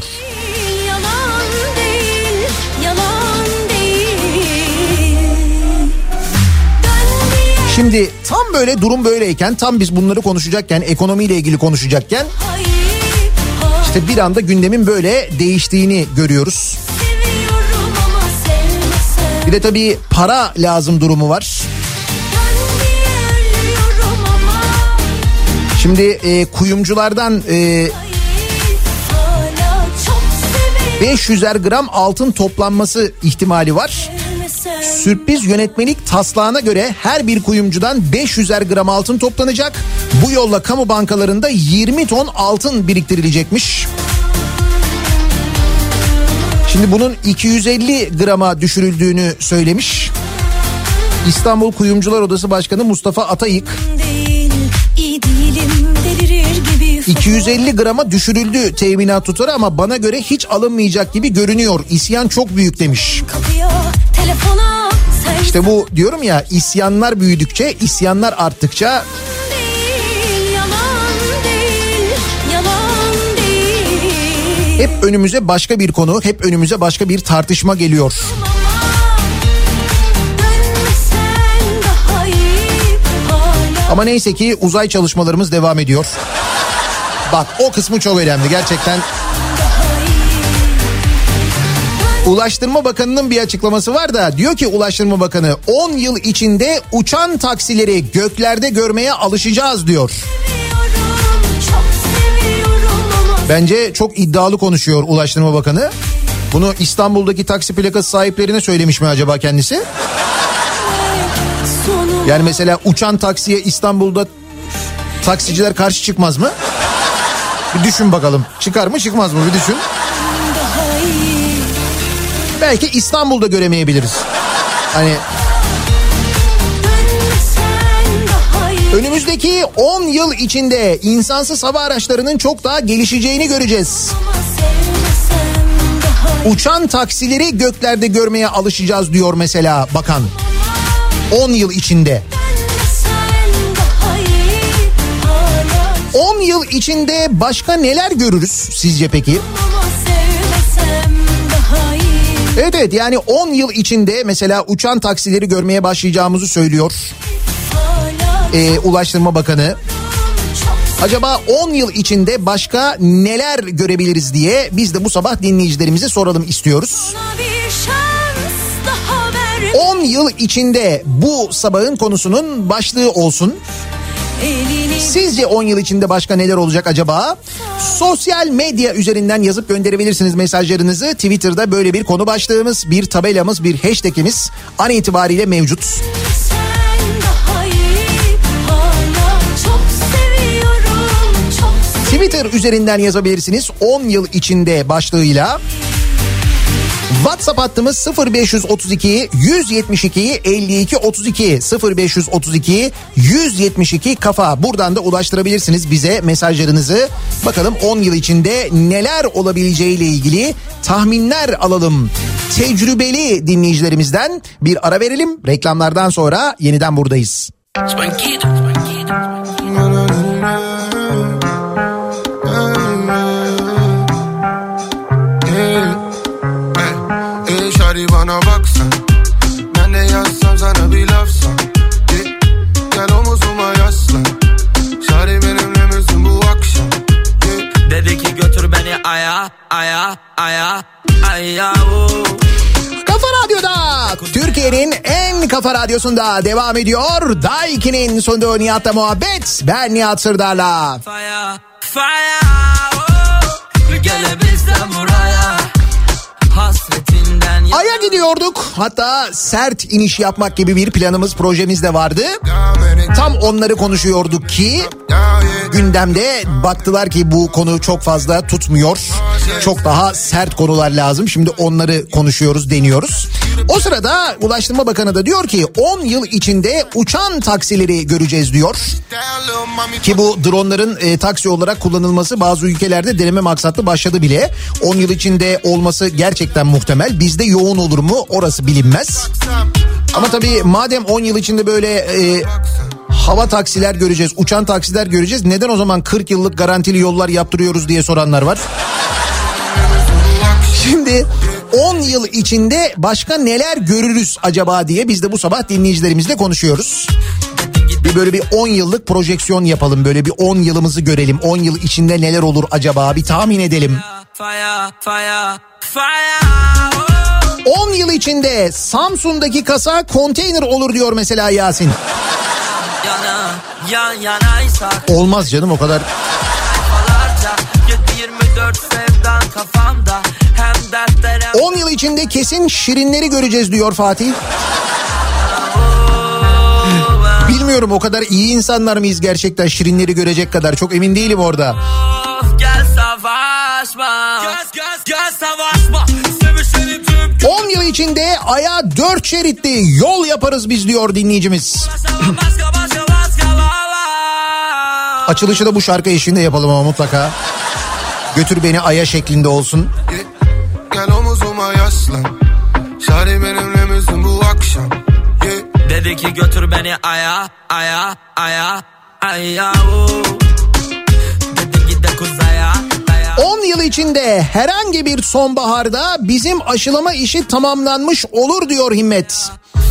Şimdi tam böyle durum böyleyken, tam biz bunları konuşacakken, ekonomiyle ilgili konuşacakken işte bir anda gündemin böyle değiştiğini görüyoruz. Bir de tabii para lazım durumu var. Şimdi e, kuyumculardan e, beş yüzer gram altın toplanması ihtimali var. Sürpriz yönetmelik taslağına göre her bir kuyumcudan beş yüzer gram altın toplanacak. Bu yolla kamu bankalarında yirmi ton altın biriktirilecekmiş. Şimdi bunun iki yüz elli grama düşürüldüğünü söylemiş İstanbul Kuyumcular Odası Başkanı Mustafa Atayık. iki yüz elli grama düşürüldü teminat tutarı ama bana göre hiç alınmayacak gibi görünüyor. İsyan çok büyük demiş. İşte bu diyorum ya, isyanlar büyüdükçe, isyanlar arttıkça hep önümüze başka bir konu, hep önümüze başka bir tartışma geliyor. Ama neyse ki uzay çalışmalarımız devam ediyor. Bak, o kısmı çok önemli gerçekten. Ulaştırma Bakanı'nın bir açıklaması var da diyor ki Ulaştırma Bakanı on yıl içinde uçan taksileri göklerde görmeye alışacağız diyor. Bence çok iddialı konuşuyor Ulaştırma Bakanı. Bunu İstanbul'daki taksi plakası sahiplerine söylemiş mi acaba kendisi? Yani mesela uçan taksiye İstanbul'da taksiciler karşı çıkmaz mı? Bir düşün bakalım. Çıkar mı çıkmaz mı bir düşün. Belki İstanbul'da göremeyebiliriz. Hani önümüzdeki on yıl içinde insansız hava araçlarının çok daha gelişeceğini göreceğiz. Uçan taksileri göklerde görmeye alışacağız diyor mesela bakan. on yıl içinde. on yıl içinde başka neler görürüz sizce peki? Evet evet, yani on yıl içinde mesela uçan taksileri görmeye başlayacağımızı söylüyor ee, Ulaştırma Bakanı. Acaba on yıl içinde başka neler görebiliriz diye biz de bu sabah dinleyicilerimize soralım istiyoruz. on yıl içinde bu sabahın konusunun başlığı olsun. Sizce on yıl içinde başka neler olacak acaba? Sosyal medya üzerinden yazıp gönderebilirsiniz mesajlarınızı. Twitter'da böyle bir konu başlığımız, bir tabelamız, bir hashtagimiz an itibariyle mevcut. Twitter üzerinden yazabilirsiniz on yıl içinde başlığıyla. WhatsApp hattımız sıfır beş otuz iki yüz yetmiş iki elli iki otuz iki sıfır beş otuz iki yüz yetmiş iki kafa. Buradan da ulaştırabilirsiniz bize mesajlarınızı. Bakalım on yıl içinde neler olabileceğiyle ilgili tahminler alalım. Tecrübeli dinleyicilerimizden bir ara verelim. Reklamlardan sonra yeniden buradayız. Bana baksan, ben de yazsam sana bir lafsan. Gel, gel omuzuma yaslan. Şari benimle misin bu akşam? Gel. Dedi ki götür beni aya, aya, aya, aya. Kafa Radyo'da, Türkiye'nin en kafa radyosunda devam ediyor. Daiki'nin sunduğu Nihat'la muhabbet. Ben Nihat Sırdar'la. Fire, fire, oh. Gelebilsem buraya. Ay'a gidiyorduk. Hatta sert iniş yapmak gibi bir planımız, projemiz de vardı. Tam onları konuşuyorduk ki gündemde baktılar ki bu konu çok fazla tutmuyor. Çok daha sert konular lazım. Şimdi onları konuşuyoruz, deniyoruz. O sırada Ulaştırma Bakanı da diyor ki on yıl içinde uçan taksileri göreceğiz diyor. Ki bu dronların e, taksi olarak kullanılması bazı ülkelerde deneme maksatlı başladı bile. on yıl içinde olması gerçekten muhtemel. Bizde yoğun olur mu orası bilinmez. Ama tabii madem on yıl içinde böyle e, hava taksiler göreceğiz, uçan taksiler göreceğiz, neden o zaman kırk yıllık garantili yollar yaptırıyoruz diye soranlar var. Şimdi on yıl içinde başka neler görürüz acaba diye biz de bu sabah dinleyicilerimizle konuşuyoruz. Bir böyle bir on yıllık projeksiyon yapalım, böyle bir on yılımızı görelim. on yıl içinde neler olur acaba, bir tahmin edelim. on yıl içinde Samsun'daki kasa konteyner olur diyor mesela Yasin. Olmaz canım o kadar. yirmi dört sevdan kafamda, hem on yıl içinde kesin şirinleri göreceğiz diyor Fatih. Bilmiyorum, o kadar iyi insanlar mıyız gerçekten şirinleri görecek kadar, çok emin değilim orada. Gel savaşma. Gel, gel, gel savaşma. Sevişelim tüm. on yıl içinde aya dört şeritli yol yaparız biz diyor dinleyicimiz. Açılışı da bu şarkı eşliğinde yapalım ama mutlaka. Götür beni aya şeklinde olsun. Gel omuzuma yaslan. Şari benimle misin bu akşam? Yeah. Dedi ki götür beni aya, aya, aya, aya. Dedi gide kuzaya. on yıl içinde herhangi bir sonbaharda bizim aşılama işi tamamlanmış olur diyor Himmet.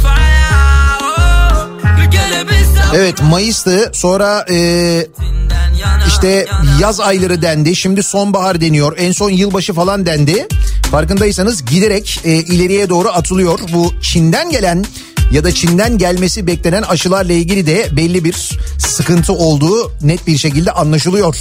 Evet, Mayıs'tı, sonra e, işte yaz ayları dendi, şimdi sonbahar deniyor, en son yılbaşı falan dendi. Farkındaysanız giderek e, ileriye doğru atılıyor. Bu Çin'den gelen ya da Çin'den gelmesi beklenen aşılarla ilgili de belli bir sıkıntı olduğu net bir şekilde anlaşılıyor.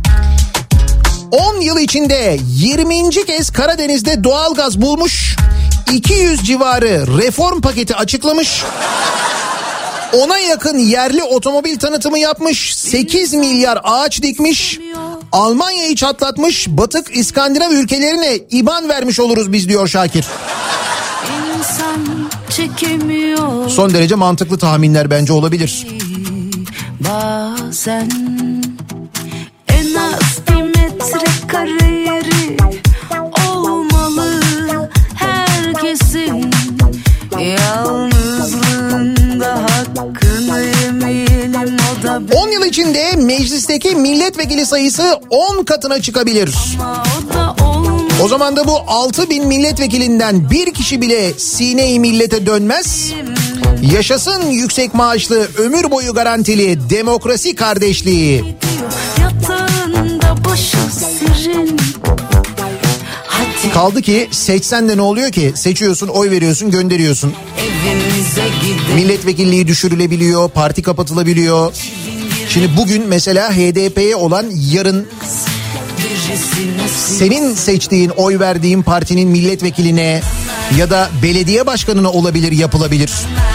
on yıl içinde yirminci kez Karadeniz'de doğalgaz bulmuş, iki yüz civarı reform paketi açıklamış, ona yakın yerli otomobil tanıtımı yapmış, sekiz milyar ağaç dikmiş, Almanya'yı çatlatmış, Batık İskandinav ülkelerine İBAN vermiş oluruz biz diyor Şakir. Son derece mantıklı tahminler bence, olabilir. Bazen en az bir metrekare yeri olmalı herkesin, yalnızlığında hakkını yemeyelim o da. on yıl içinde meclisteki milletvekili sayısı on katına çıkabilir. O zaman da bu altı bin milletvekilinden bir kişi bile sine-i millete dönmez. Yaşasın yüksek maaşlı, ömür boyu garantili demokrasi kardeşliği. Kaldı ki seçsen de ne oluyor ki? Seçiyorsun, oy veriyorsun, gönderiyorsun. Milletvekilliği düşürülebiliyor, parti kapatılabiliyor. Şimdi bugün mesela H D P'ye olan, yarın senin seçtiğin, oy verdiğin partinin milletvekiline ya da belediye başkanına olabilir, yapılabilir.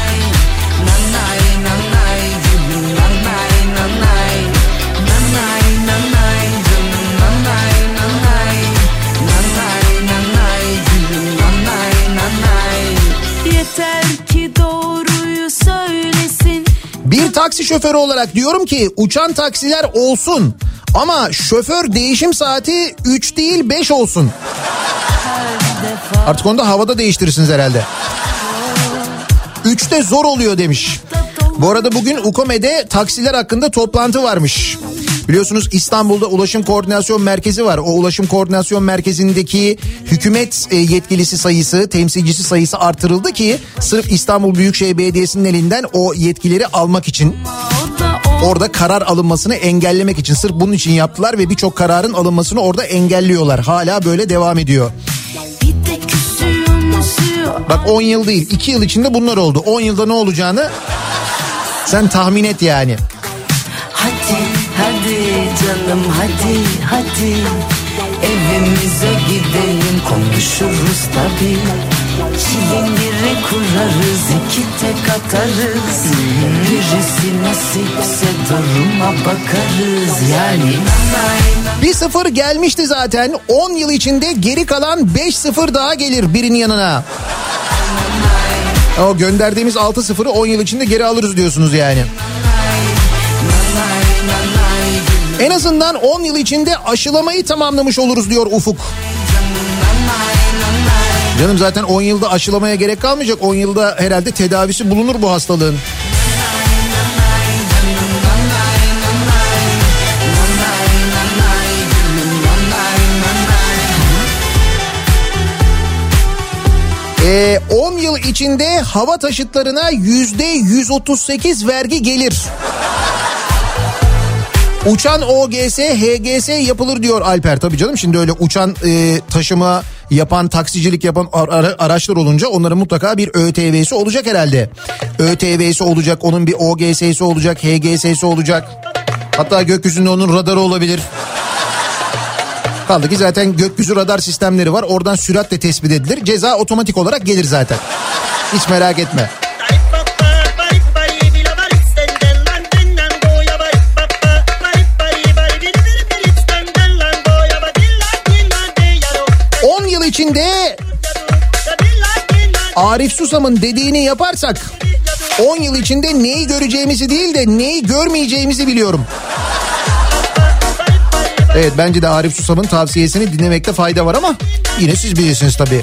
Bir taksi şoförü olarak diyorum ki uçan taksiler olsun ama şoför değişim saati üç değil beş olsun. Artık onu da havada değiştirirsiniz herhalde. üçte zor oluyor demiş. Bu arada bugün UKOME'de taksiler hakkında toplantı varmış. Biliyorsunuz İstanbul'da Ulaşım Koordinasyon Merkezi var. O Ulaşım Koordinasyon Merkezi'ndeki hükümet yetkilisi sayısı, temsilcisi sayısı artırıldı ki sırf İstanbul Büyükşehir Belediyesi'nin elinden o yetkileri almak için, orada karar alınmasını engellemek için, sırf bunun için yaptılar ve birçok kararın alınmasını orada engelliyorlar. Hala böyle devam ediyor. Bak on yıl değil, iki yıl içinde bunlar oldu. on yılda ne olacağını sen tahmin et yani. Hadi hadi canım hadi hadi evimize gidelim, konuşuruz tabii. Çilingiri kurarız, iki tek atarız. Birisi nasipse duruma bakarız yani. bir sıfır gelmişti zaten, on yıl içinde geri kalan beş sıfır daha gelir birinin yanına. O gönderdiğimiz altı sıfırı on yıl içinde geri alırız diyorsunuz yani. En azından on yıl içinde aşılamayı tamamlamış oluruz diyor Ufuk. Canım zaten on yılda aşılamaya gerek kalmayacak. on yılda herhalde tedavisi bulunur bu hastalığın. Ee, on yıl içinde hava taşıtlarına yüzde yüz otuz sekiz vergi gelir. Uçan O G S, H G S yapılır diyor Alper. Tabii canım, şimdi öyle uçan e, taşıma yapan, taksicilik yapan ara, araçlar olunca onların mutlaka bir ÖTV'si olacak herhalde. ÖTV'si olacak, onun bir O G S'si olacak, H G S'si olacak. Hatta gökyüzünde onun radarı olabilir. Kaldı ki zaten gökyüzü radar sistemleri var. Oradan sürat de tespit edilir. Ceza otomatik olarak gelir zaten. Hiç merak etme. on yıl içinde Arif Susam'ın dediğini yaparsak on yıl içinde neyi göreceğimizi değil de neyi görmeyeceğimizi biliyorum. Evet, bence de Arif Susam'ın tavsiyesini dinlemekte fayda var ama yine siz bilirsiniz tabii.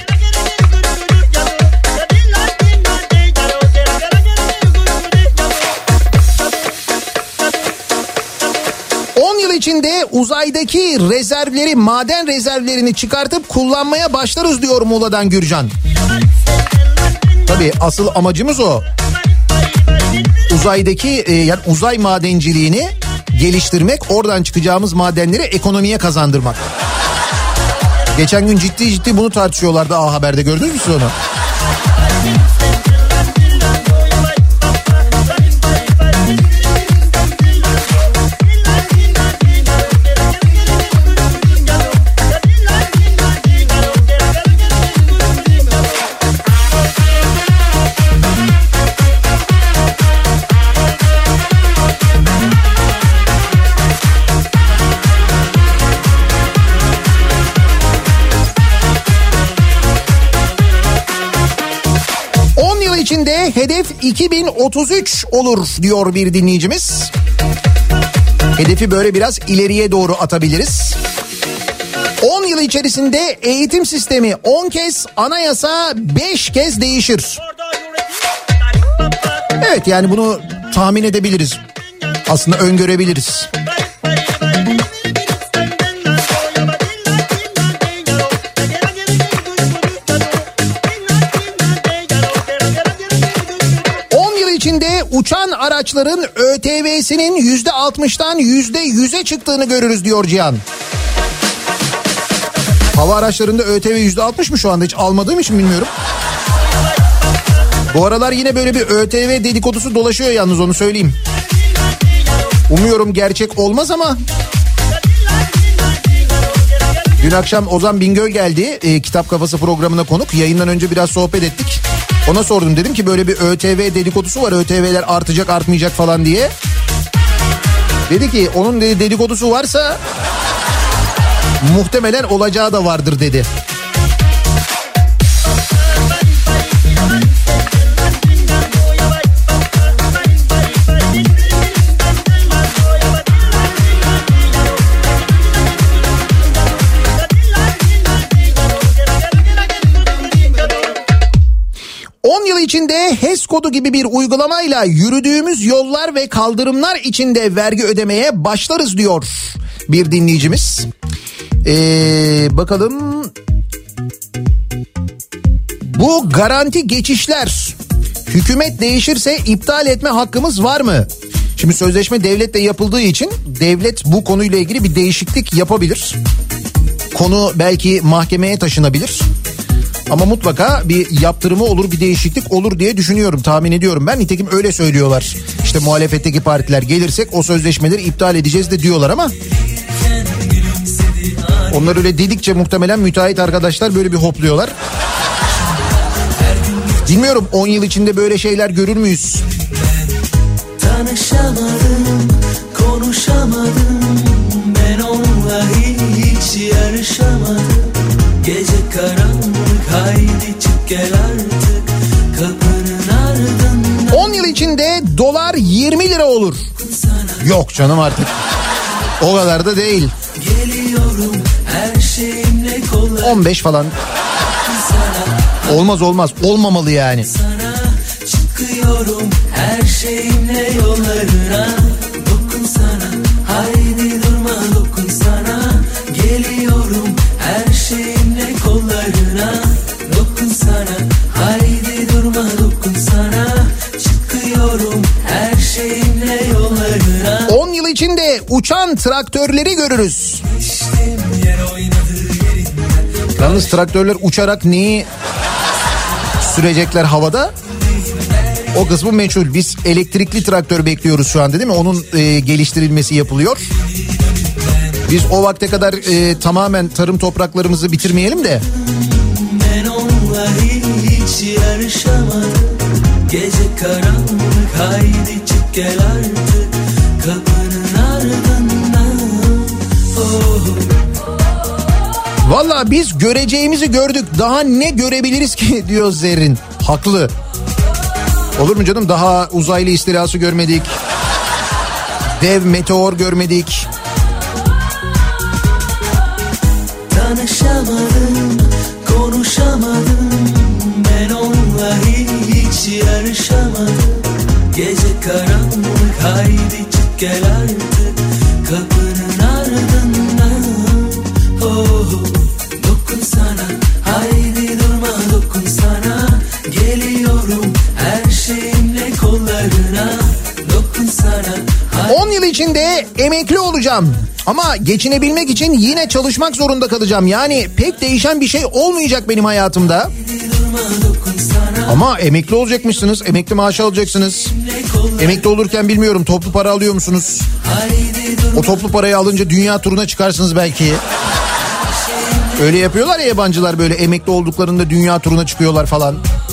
on yıl içinde uzaydaki rezervleri, maden rezervlerini çıkartıp kullanmaya başlarız diyor Muğla'dan Gürcan. Tabii asıl amacımız o. Uzaydaki e, yani uzay madenciliğini geliştirmek, oradan çıkacağımız madenleri ekonomiye kazandırmak. Geçen gün ciddi ciddi bunu tartışıyorlardı A Haber'de, gördünüz mü siz onu? içinde hedef iki bin otuz üç olur diyor bir dinleyicimiz. Hedefi böyle biraz ileriye doğru atabiliriz. on yıl içerisinde eğitim sistemi on kez, anayasa beş kez değişir. Evet, yani bunu tahmin edebiliriz. Aslında öngörebiliriz. İçinde uçan araçların ÖTV'sinin yüzde altmıştan yüzde yüze çıktığını görürüz diyor Cihan. Hava araçlarında ÖTV yüzde altmış mı şu anda, hiç almadığım için bilmiyorum. Bu aralar yine böyle bir ÖTV dedikodusu dolaşıyor yalnız, onu söyleyeyim. Umuyorum gerçek olmaz ama. Dün akşam Ozan Bingöl geldi, e, Kitap Kafası programına konuk. Yayından önce biraz sohbet ettik. Ona sordum, dedim ki böyle bir ÖTV dedikodusu var, ÖTV'ler artacak artmayacak falan diye. Dedi ki onun dedi, dedikodusu varsa muhtemelen olacağı da vardır dedi. on yıl içinde HES kodu gibi bir uygulamayla yürüdüğümüz yollar ve kaldırımlar içinde vergi ödemeye başlarız diyor bir dinleyicimiz. Ee, bakalım. Bu garanti geçişler hükümet değişirse iptal etme hakkımız var mı? Şimdi sözleşme devletle yapıldığı için devlet bu konuyla ilgili bir değişiklik yapabilir. Konu belki mahkemeye taşınabilir. Ama mutlaka bir yaptırımı olur, bir değişiklik olur diye düşünüyorum, tahmin ediyorum ben. Nitekim öyle söylüyorlar. İşte muhalefetteki partiler, gelirsek o sözleşmeleri iptal edeceğiz de diyorlar ama onlar öyle dedikçe muhtemelen müteahhit arkadaşlar böyle bir hopluyorlar. Bilmiyorum, on yıl içinde böyle şeyler görür müyüz? Tanışamadım, konuşamadım, ben onunla hiç yarışamadım. Gece karanlık, haydi çık gel artık kapının ardından. on yıl içinde dolar yirmi lira olur. Yok canım artık. O kadar da değil. Geliyorum her şeyimle kolay. on beş falan. Olmaz olmaz, olmamalı yani. Sana çıkıyorum her şeyimle yollarına. Dokun sana, haydi durma, dokun sana. Geliyorum her şeyimle kollarına. Dokun sana, haydi durma, dokun sana. Çıkıyorum her şeyimle yollarına. on yıl içinde uçan traktörleri görürüz. Yalnız traktörler uçarak neyi sürecekler havada? O kısmı meçhul. Biz elektrikli traktör bekliyoruz şu anda, değil mi? Onun e, geliştirilmesi yapılıyor. Biz o vakte kadar e, tamamen tarım topraklarımızı bitirmeyelim de. Ben onunla hiç yarışamadım. Gece karanlık, haydi çık gel artık kapının ardından. Oh. Valla biz göreceğimizi gördük, daha ne görebiliriz ki diyor Zerrin. Haklı. Olur mu canım, daha uzaylı istilası görmedik. Dev meteor görmedik. Tanışamadım, konuşamadım. Ben onunla hiç yarışamadım. Gece karanlık, haydi çık gel artık kapının ardından. Oh, dokun sana, haydi durma dokun sana. Geliyorum her şeyimle kollarına. Dokun sana. on yıl içinde emekli olacağım. Ama geçinebilmek için yine çalışmak zorunda kalacağım. Yani pek değişen bir şey olmayacak benim hayatımda. Ama emekli olacakmışsınız. Emekli maaşı alacaksınız. Emekli olurken bilmiyorum, toplu para alıyor musunuz? O toplu parayı alınca dünya turuna çıkarsınız belki. Öyle yapıyorlar ya yabancılar, böyle emekli olduklarında dünya turuna çıkıyorlar falan.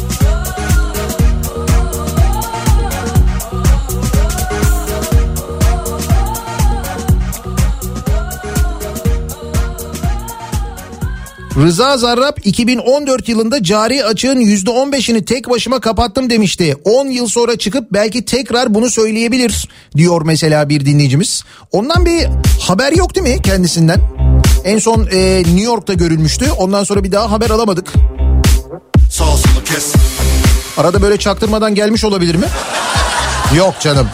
Rıza Zarrab iki bin on dört yılında cari açığın yüzde on beşini tek başıma kapattım demişti. on yıl sonra çıkıp belki tekrar bunu söyleyebilir diyor mesela bir dinleyicimiz. Ondan bir haber yok değil mi kendisinden? En son e, New York'ta görülmüştü. Ondan sonra bir daha haber alamadık. Sağ solu kes. Arada böyle çaktırmadan gelmiş olabilir mi? Yok canım.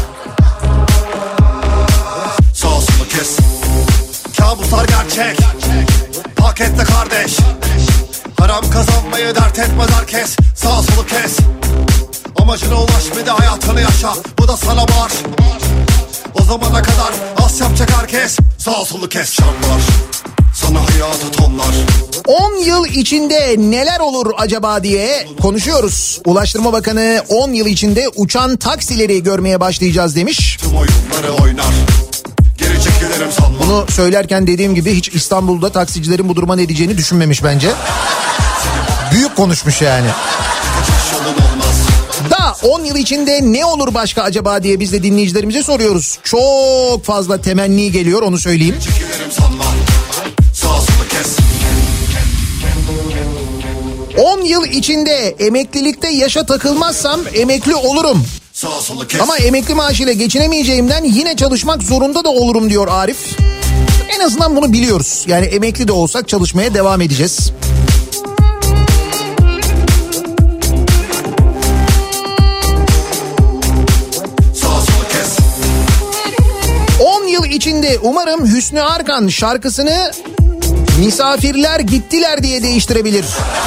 Sağ solu kes. Kabuslar gerçek. Pakette kardeş. Haram kazanmayı dert etmez herkes. Sağ solu kes. Amacına ulaş bir de hayatını yaşa. Bu da sana var. O zamana kadar az yapacak herkes. Sağ solu kes. Şartlar sana hayatı tonlar. on yıl içinde neler olur acaba diye konuşuyoruz. Ulaştırma Bakanı on yıl içinde uçan taksileri görmeye başlayacağız demiş. Tüm oyunları oynar. Geri çekilirim sanma. Bunu söylerken dediğim gibi hiç İstanbul'da taksicilerin bu duruma ne diyeceğini düşünmemiş bence. Büyük konuşmuş yani. Da on yıl içinde ne olur başka acaba diye biz de dinleyicilerimize soruyoruz. Çok fazla temenni geliyor, onu söyleyeyim. on yıl içinde emeklilikte yaşa takılmazsam emekli olurum. Ama emekli maaşıyla geçinemeyeceğimden yine çalışmak zorunda da olurum diyor Arif. En azından bunu biliyoruz. Yani emekli de olsak çalışmaya devam edeceğiz. on yıl içinde umarım Hüsnü Arkan şarkısını misafirler gittiler diye değiştirebilir.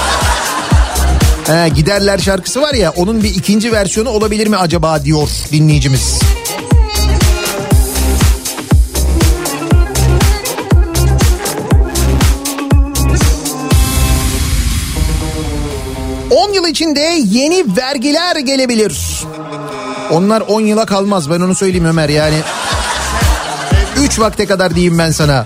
He, giderler şarkısı var ya, onun bir ikinci versiyonu olabilir mi acaba diyor dinleyicimiz. on yıl içinde yeni vergiler gelebilir. Onlar on yıla kalmaz, ben onu söyleyeyim Ömer, yani üç vakte kadar diyeyim ben sana.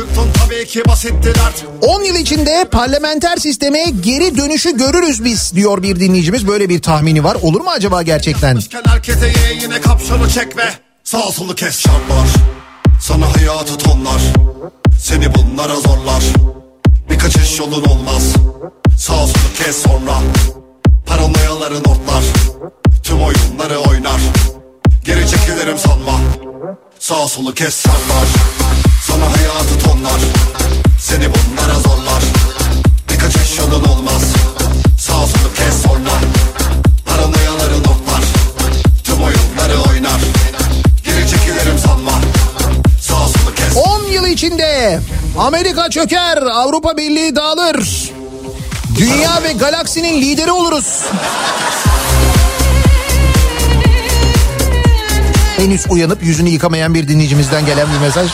on yıl içinde parlamenter sisteme geri dönüşü görürüz biz diyor bir dinleyicimiz. Böyle bir tahmini var. Olur mu acaba gerçekten? Herkese ye yine kapşonu çek ve sağ solu kes. Şartlar sana hayatı tonlar. Seni bunlara zorlar. Bir kaçış yolun olmaz. Sağ solu kes sonra. Paranoyaların ortlar. Tüm oyunları oynar. Geri çekilirim sanma. Sağ solu kes. Şartlar sana hayatı tonlar. Seni bunlara zorlar. Bir kaçış yolun olmaz. Sağ solu kes sonra. Paranoyaların ortlar. Tüm oyunları oynar. Geri çekilirim sanma. Sağ solu kes. on yıl içinde Amerika çöker, Avrupa Birliği dağılır. Dünya ve galaksinin lideri oluruz. Henüz uyanıp yüzünü yıkamayan bir dinleyicimizden gelen bir mesaj.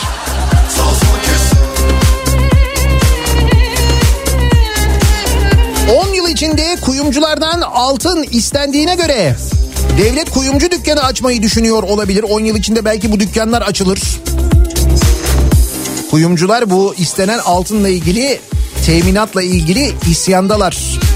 on yıl içinde kuyumculardan altın istendiğine göre devlet kuyumcu dükkanı açmayı düşünüyor olabilir. on yıl içinde belki bu dükkanlar açılır. Kuyumcular bu istenen altınla ilgili, teminatla ilgili isyandalar.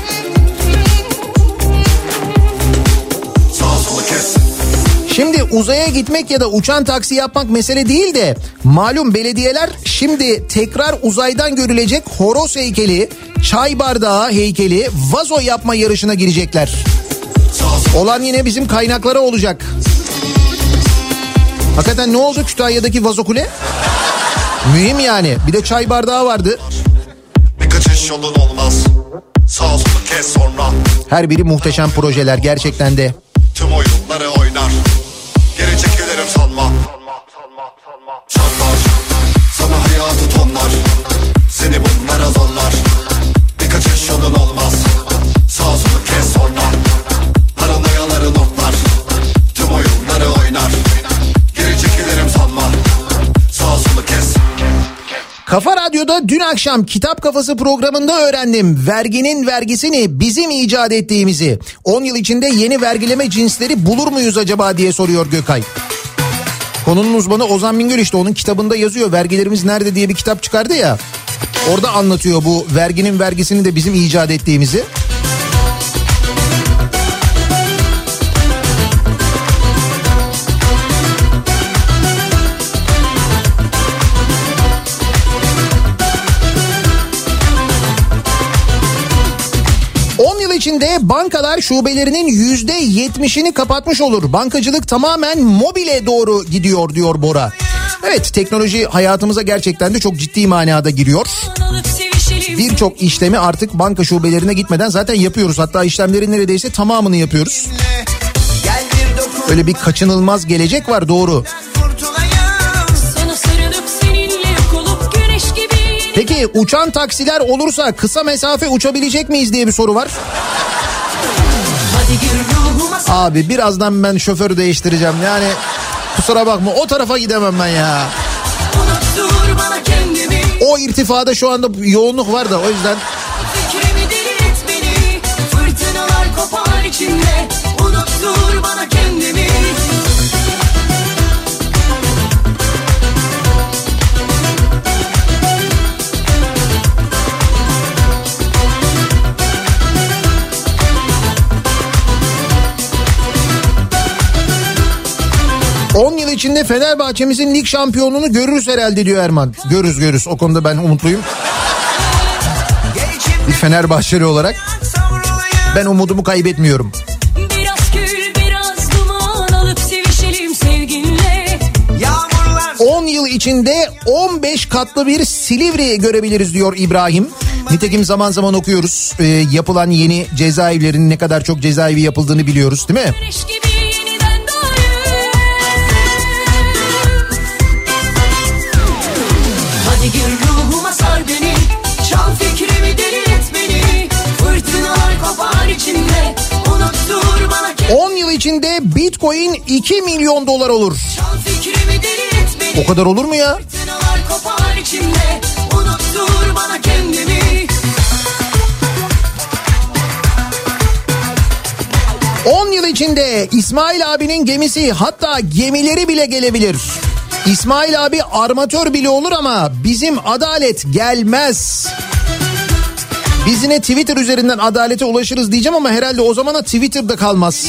Şimdi uzaya gitmek ya da uçan taksi yapmak mesele değil de malum belediyeler şimdi tekrar uzaydan görülecek horoz heykeli, çay bardağı heykeli, vazo yapma yarışına girecekler. Olan yine bizim kaynaklara olacak. Hakikaten ne oldu Kütahya'daki vazo kule? Mühim yani. Bir de çay bardağı vardı. Bir kaçış yolun olmaz. Sağ solu kes sonra. Her biri muhteşem projeler gerçekten de. Tüm oyunları oynar. Geri çekilirim sanma. Çatlar. Sana hayatı tonlar. Seni bunlara zorlar. Bir kaçış yolun olmaz. Sağ solu kes sonra. Paranoyaları notlar. Tüm oyunları oynar. Geri çekilirim sanma. Sağ solu kes. Kafa Radyo'da dün akşam Kitap Kafası programında öğrendim. Verginin vergisini bizim icat ettiğimizi. on yıl içinde yeni vergileme cinsleri bulur muyuz acaba diye soruyor Gökay. Konunun uzmanı Ozan Bingöl işte onun kitabında yazıyor. Vergilerimiz nerede diye bir kitap çıkardı ya. Orada anlatıyor bu verginin vergisini de bizim icat ettiğimizi. İçinde bankalar şubelerinin yüzde yetmişini kapatmış olur. Bankacılık tamamen mobile doğru gidiyor diyor Bora. Evet, teknoloji hayatımıza gerçekten de çok ciddi manada giriyor. Birçok işlemi artık banka şubelerine gitmeden zaten yapıyoruz. Hatta işlemlerin neredeyse tamamını yapıyoruz. Öyle bir kaçınılmaz gelecek var, doğru. Peki uçan taksiler olursa kısa mesafe uçabilecek miyiz diye bir soru var. Abi birazdan ben şoförü değiştireceğim yani, kusura bakma o tarafa gidemem ben ya. O irtifada şu anda yoğunluk var da o yüzden. on yıl içinde Fenerbahçe'mizin lig şampiyonluğunu görürüz herhalde diyor Erman. Görürüz görürüz, o konuda ben umutluyum. Bir Fenerbahçeli olarak ben umudumu kaybetmiyorum. Biraz gül, biraz duman alıp sevişelim sevginle. on yıl içinde on beş katlı bir Silivri görebiliriz diyor İbrahim. Nitekim zaman zaman okuyoruz. Ee, yapılan yeni cezaevlerinin ne kadar çok cezaevi yapıldığını biliyoruz, değil mi? on yıl içinde Bitcoin iki milyon dolar olur. O kadar olur mu ya? on yıl içinde İsmail abinin gemisi, hatta gemileri bile gelebilir. İsmail abi armatör bile olur ama bizim adalet gelmez. Biz yine Twitter üzerinden adalete ulaşırız diyeceğim ama herhalde o zamana Twitter'da kalmaz.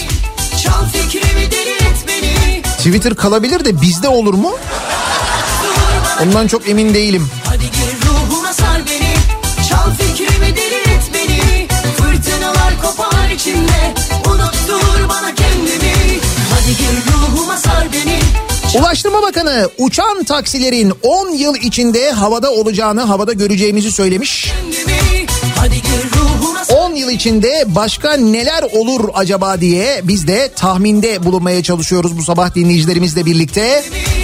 Twitter kalabilir de bizde olur mu? Ondan çok emin değilim. Hadi gir ruhuma sar beni, çal fikrimi deli et beni, fırtınalar kopar içimde, unuttur bana kendimi. Hadi gir ruhuma sar beni. Ulaştırma Bakanı uçan taksilerin on yıl içinde havada olacağını, havada göreceğimizi söylemiş. on yıl içinde başka neler olur acaba diye biz de tahminde bulunmaya çalışıyoruz bu sabah dinleyicilerimizle birlikte.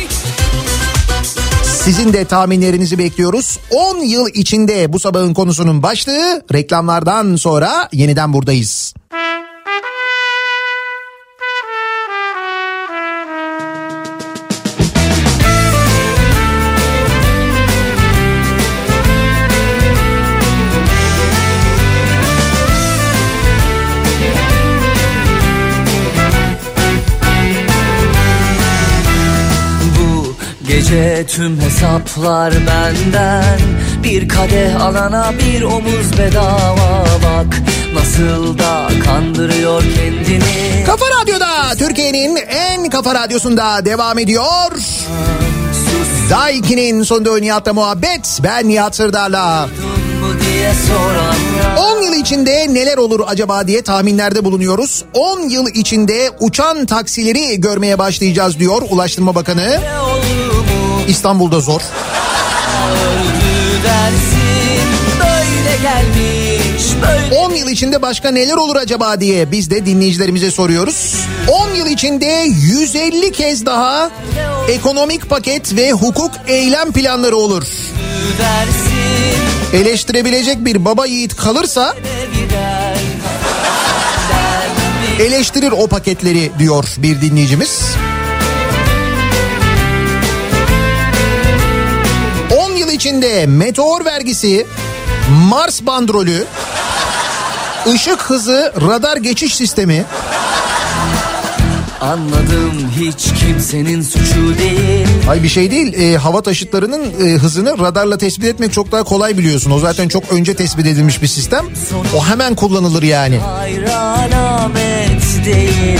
Sizin de tahminlerinizi bekliyoruz. on yıl içinde bu sabahın konusunun başlığı. Reklamlardan sonra yeniden buradayız. Gece Bitti tüm hesaplar benden. Bir kadeh alana bir omuz bedava, bak nasıl da kandırıyor kendini. Kafa Radyo'da, Türkiye'nin en kafa radyosunda devam ediyor. Daiki'nin sonunda Nihat'la muhabbet. Ben Nihat Sırdar'la. on yıl içinde neler olur acaba diye tahminlerde bulunuyoruz. on yıl içinde uçan taksileri görmeye başlayacağız diyor Ulaştırma Bakanı. İstanbul'da zor. on yıl içinde başka neler olur acaba diye biz de dinleyicilerimize soruyoruz. on yıl içinde yüz elli kez daha ekonomik paket ve hukuk eylem planları olur. Eleştirebilecek bir baba yiğit kalırsa eleştirir o paketleri diyor bir dinleyicimiz. on yıl içinde meteor vergisi, Mars bandrolü, ışık hızı, radar geçiş sistemi. Anladım, hiç kimsenin suçu değil. Ay bir şey değil, e, hava taşıtlarının e, hızını radarla tespit etmek çok daha kolay biliyorsun. O zaten çok önce tespit edilmiş bir sistem. O hemen kullanılır yani. Hayır alamet değil.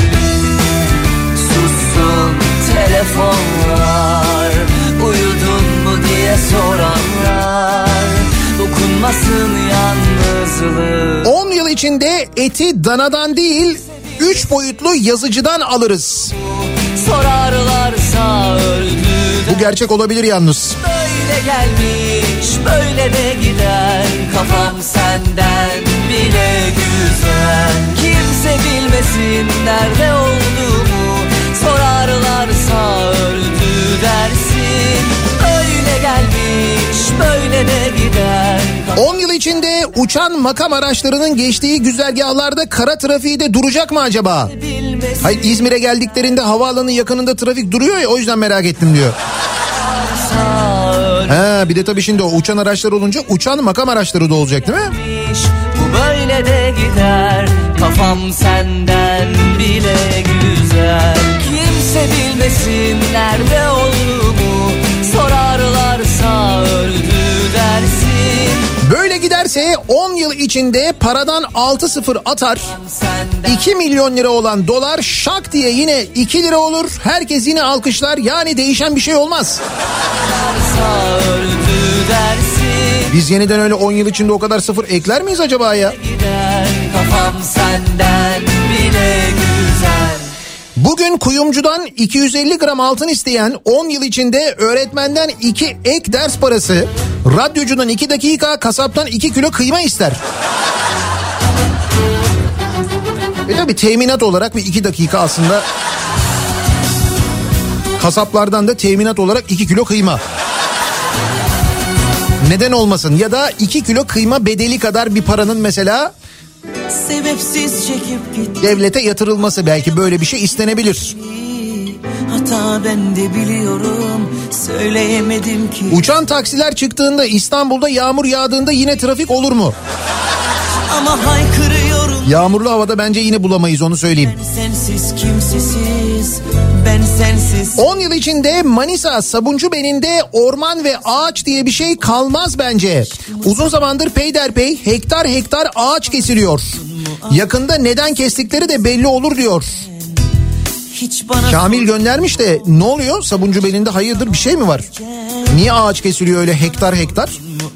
Sussun telefonlar, uyudun mu diye soranlar, dokunmasın yalnızlık. on yıl içinde eti danadan değil, üç boyutlu yazıcıdan alırız. Sorarlarsa öldü. Bu gerçek olabilir yalnız. Böyle gelmiş, böyle de gider. Kafam senden bile güzel. Kimse bilmesin nerede olduğumu. Sorarlarsa öldü dersin. Böyle gelmiş, böyle de gider. on yıl içinde uçan makam araçlarının geçtiği güzergahlarda kara trafiği de duracak mı acaba? Hayır, İzmir'e geldiklerinde havaalanı yakınında trafik duruyor ya, o yüzden merak ettim diyor. Ha, bir de tabii şimdi o uçan araçlar olunca uçan makam araçları da olacak değil mi? Bu böyle de gider. Kafam senden bile güzel. Kimse bilmesin nerede olduğumu. Sorarlarsa öldü dersin. Böyle giderse on yıl içinde paradan altı sıfır atar. iki milyon lira olan dolar şak diye yine iki lira olur. Herkes yine alkışlar. Yani değişen bir şey olmaz. Biz yeniden öyle on yıl içinde o kadar sıfır ekler miyiz acaba ya? Kafam senden bile güzel. Bugün kuyumcudan iki yüz elli gram altın isteyen, on yıl içinde öğretmenden iki ek ders parası, radyocudan iki dakika, kasaptan iki kilo kıyma ister. E tabi teminat olarak bir iki dakika aslında, kasaplardan da teminat olarak iki kilo kıyma. Neden olmasın? Ya da iki kilo kıyma bedeli kadar bir paranın mesela sebepsiz çekip gitti. Devlete yatırılması, belki böyle bir şey istenebilir. Hata ben de biliyorum, söyleyemedim ki. Uçan taksiler çıktığında, İstanbul'da yağmur yağdığında yine trafik olur mu? Ama haykırıyorum. Yağmurlu havada bence yine bulamayız, onu söyleyeyim. Ben sensiz kimsesiz, ben sensiz. on yıl içinde Manisa Sabuncube'ninde orman ve ağaç diye bir şey kalmaz bence. Uzun zamandır peyderpey hektar hektar ağaç kesiliyor. Yakında neden kestikleri de belli olur diyor. Kamil göndermiş de ne oluyor Sabuncube'ninde, hayırdır bir şey mi var? Niye ağaç kesiliyor öyle hektar hektar?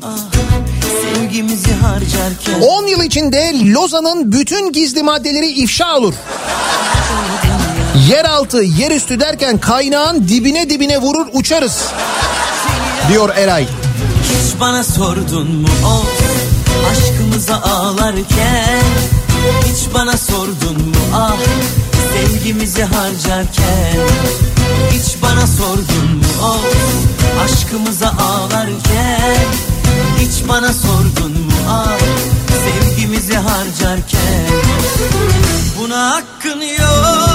on yıl içinde Lozan'ın bütün gizli maddeleri ifşa olur. Yeraltı, yerüstü derken kaynağın dibine dibine vurur uçarız, diyor Eray. Hiç bana sordun mu o aşkımıza ağlarken? Hiç bana sordun mu ah sevgimizi harcarken? Hiç bana sordun mu o aşkımıza ağlarken? Hiç bana sordun mu ah sevgimizi harcarken? Buna hakkın yok.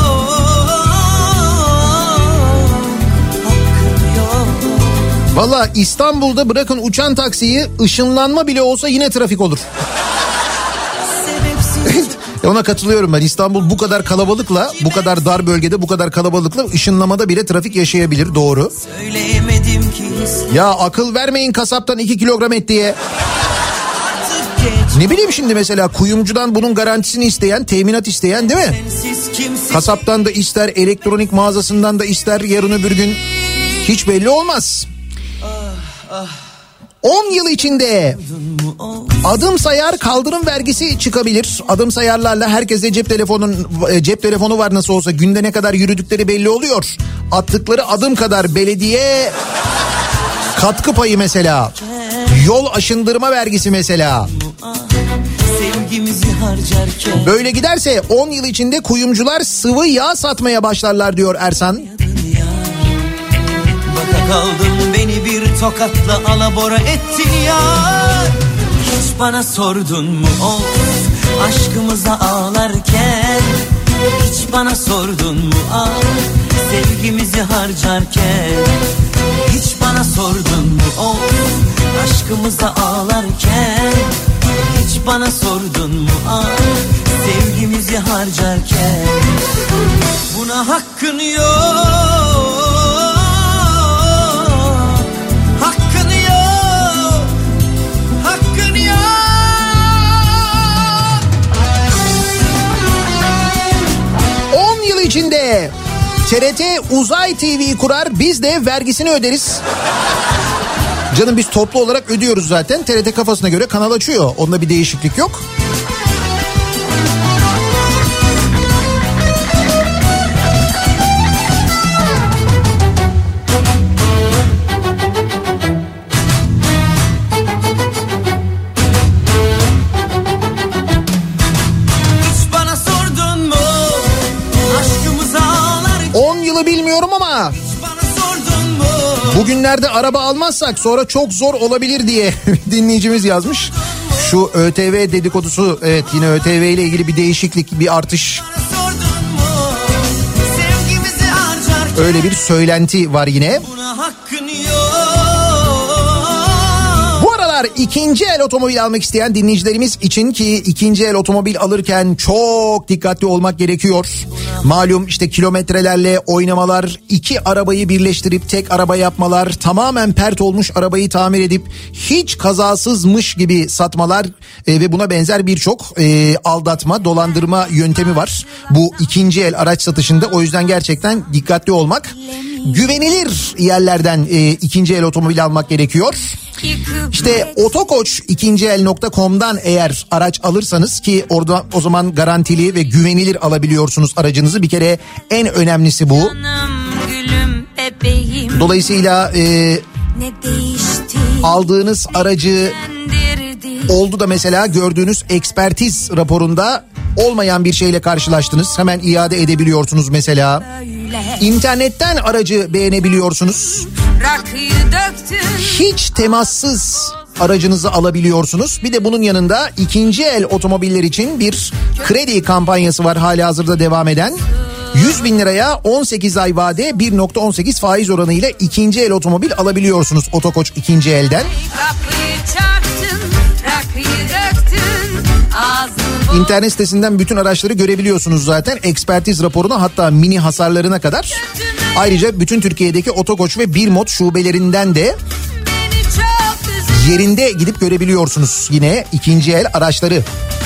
Valla İstanbul'da bırakın uçan taksiyi, ışınlanma bile olsa yine trafik olur. Ona katılıyorum ben. İstanbul bu kadar kalabalıkla, bu kadar dar bölgede bu kadar kalabalıkla ışınlamada bile trafik yaşayabilir, doğru. Ya akıl vermeyin kasaptan iki kilogram et diye. Ne bileyim şimdi mesela kuyumcudan bunun garantisini isteyen, teminat isteyen değil mi? Kasaptan da ister, elektronik mağazasından da ister, yarın öbür gün hiç belli olmaz. on yıl içinde adım sayar kaldırım vergisi çıkabilir. Adım sayarlarla herkese cep telefonun cep telefonu var nasıl olsa, günde ne kadar yürüdükleri belli oluyor. Attıkları adım kadar belediye katkı payı mesela. Yol aşındırma vergisi mesela. Böyle giderse on yıl içinde kuyumcular sıvı yağ satmaya başlarlar diyor Ersan. Baka kaldım beni bir tokatla alabora ettin ya. Hiç bana sordun mu of aşkımıza ağlarken? Hiç bana sordun mu ah sevgimizi harcarken? Hiç bana sordun mu of aşkımıza ağlarken? Hiç bana sordun mu ah sevgimizi harcarken? Buna hakkın yok. Hakkın yok. Hakkın yok. on yıl içinde T R T Uzay T V kurar, biz de vergisini öderiz. Canım biz toplu olarak ödüyoruz zaten. T R T kafasına göre kanal açıyor. Onda bir değişiklik yok. on yılı bilmiyorum ama bugünlerde araba almazsak sonra çok zor olabilir diye dinleyicimiz yazmış. Şu ÖTV dedikodusu, evet yine ÖTV ile ilgili bir değişiklik, bir artış. Öyle bir söylenti var yine. Bu aralar ikinci el otomobil almak isteyen dinleyicilerimiz için, ki ikinci el otomobil alırken çok dikkatli olmak gerekiyor. Malum işte kilometrelerle oynamalar, iki arabayı birleştirip tek araba yapmalar, tamamen pert olmuş arabayı tamir edip hiç kazasızmış gibi satmalar e, ve buna benzer birçok e, aldatma, dolandırma yöntemi var bu ikinci el araç satışında. O yüzden gerçekten dikkatli olmak, güvenilir yerlerden e, ikinci el otomobil almak gerekiyor. İşte otokoç ikinci el nokta com'dan eğer araç alırsanız, ki orada o zaman garantili ve güvenilir alabiliyorsunuz aracınızı, bir kere en önemlisi bu. Dolayısıyla e, aldığınız aracı oldu da mesela gördüğünüz ekspertiz raporunda olmayan bir şeyle karşılaştınız, hemen iade edebiliyorsunuz mesela. İnternetten aracı beğenebiliyorsunuz. Hiç temassız aracınızı alabiliyorsunuz. Bir de bunun yanında ikinci el otomobiller için bir kredi kampanyası var halihazırda devam eden. yüz bin liraya on sekiz ay vade bir nokta on sekiz faiz oranıyla ikinci el otomobil alabiliyorsunuz Otokoç ikinci elden. İnternet sitesinden bütün araçları görebiliyorsunuz zaten. Ekspertiz raporuna, hatta mini hasarlarına kadar. Ayrıca bütün Türkiye'deki Otokoç ve Birmot şubelerinden de yerinde gidip görebiliyorsunuz yine ikinci el araçları.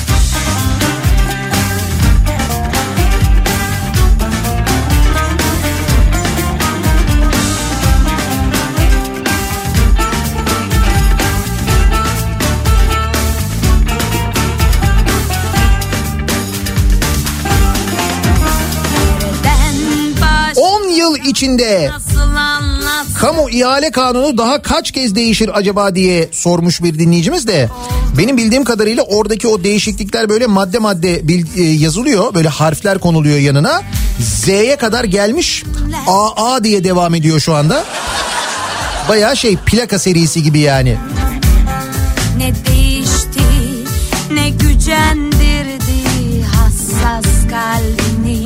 içinde kamu ihale kanunu daha kaç kez değişir acaba diye sormuş bir dinleyicimiz de. Benim bildiğim kadarıyla oradaki o değişiklikler böyle madde madde yazılıyor. Böyle harfler konuluyor yanına. Z'ye kadar gelmiş. A A diye devam ediyor şu anda. Bayağı şey, plaka serisi gibi yani. Ne değişti, ne gücendirdi hassas kalbini.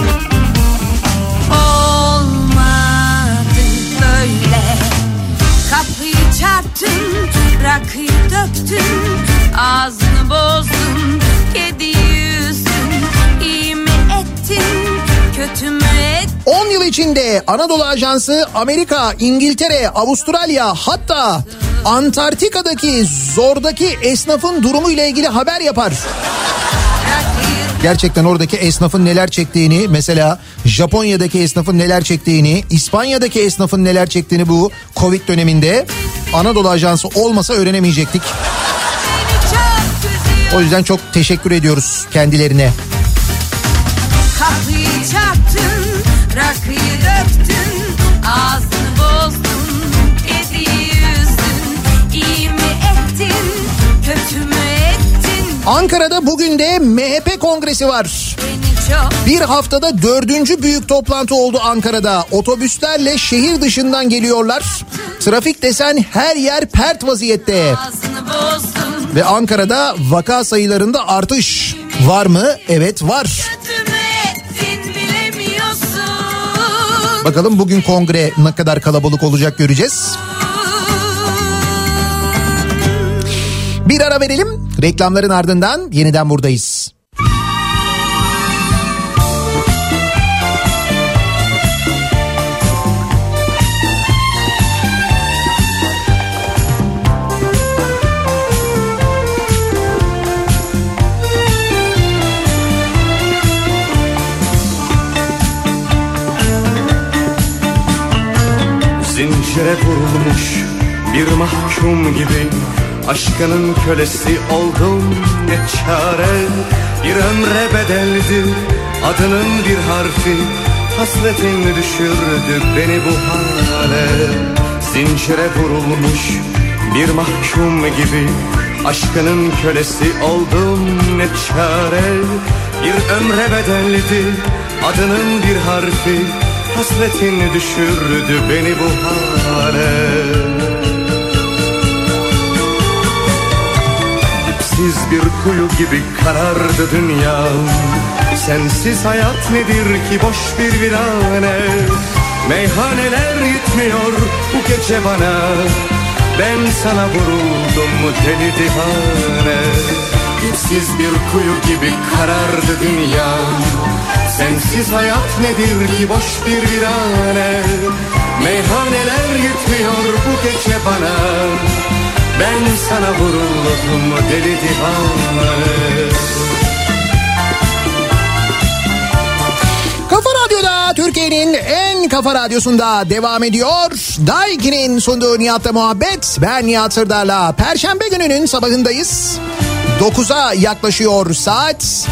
Kapıyı çarptın, rakıyı döktün, ağzını bozdun, kedi yüzün. İyi mi ettin, kötü mü ettin? on yıl içinde Anadolu Ajansı Amerika, İngiltere, Avustralya hatta Antarktika'daki zordaki esnafın durumu ile ilgili haber yapar. Gerçekten oradaki esnafın neler çektiğini, mesela Japonya'daki esnafın neler çektiğini, İspanya'daki esnafın neler çektiğini bu Covid döneminde Anadolu Ajansı olmasa öğrenemeyecektik. O yüzden çok teşekkür ediyoruz kendilerine. Kapıyı çarptın, rakıyı döktün, ağzını bozdun, kediyi üzdün, iyi mi ettin, kötü mü ettin? Ankara'da bugün de M H P kongresi var. Bir haftada dördüncü büyük toplantı oldu Ankara'da. Otobüslerle şehir dışından geliyorlar. Trafik desen her yer pert vaziyette. Ve Ankara'da vaka sayılarında artış var mı? Evet, var. Bakalım bugün kongre ne kadar kalabalık olacak göreceğiz. Bir ara verelim. Reklamların ardından yeniden buradayız. Zincire vurulmuş bir mahkum gibi aşkının kölesi oldum, ne çare. Bir ömre bedeldi adının bir harfi, hasretin düşürdü beni bu hale. Zincire vurulmuş bir mahkum gibi aşkının kölesi oldum, ne çare. Bir ömre bedeldi adının bir harfi, hasretin düşürdü beni bu hale. Dipsiz bir kuyu gibi karardı dünyam, sensiz hayat nedir ki boş bir virane. Meyhaneler yetmiyor bu gece bana, ben sana vuruldum deli divane. Dipsiz bir kuyu gibi karardı dünyam, sensiz hayat nedir ki boş bir virane. Meyhaneler yetmiyor bu gece bana, ben sana vuruldum deli divane. Kafa Radyo'da, Türkiye'nin en kafa radyosunda devam ediyor. Daiki'nin sunduğu Nihat'la muhabbet. Ben Nihat Sırdar'la Perşembe gününün sabahındayız. dokuza yaklaşıyor saat.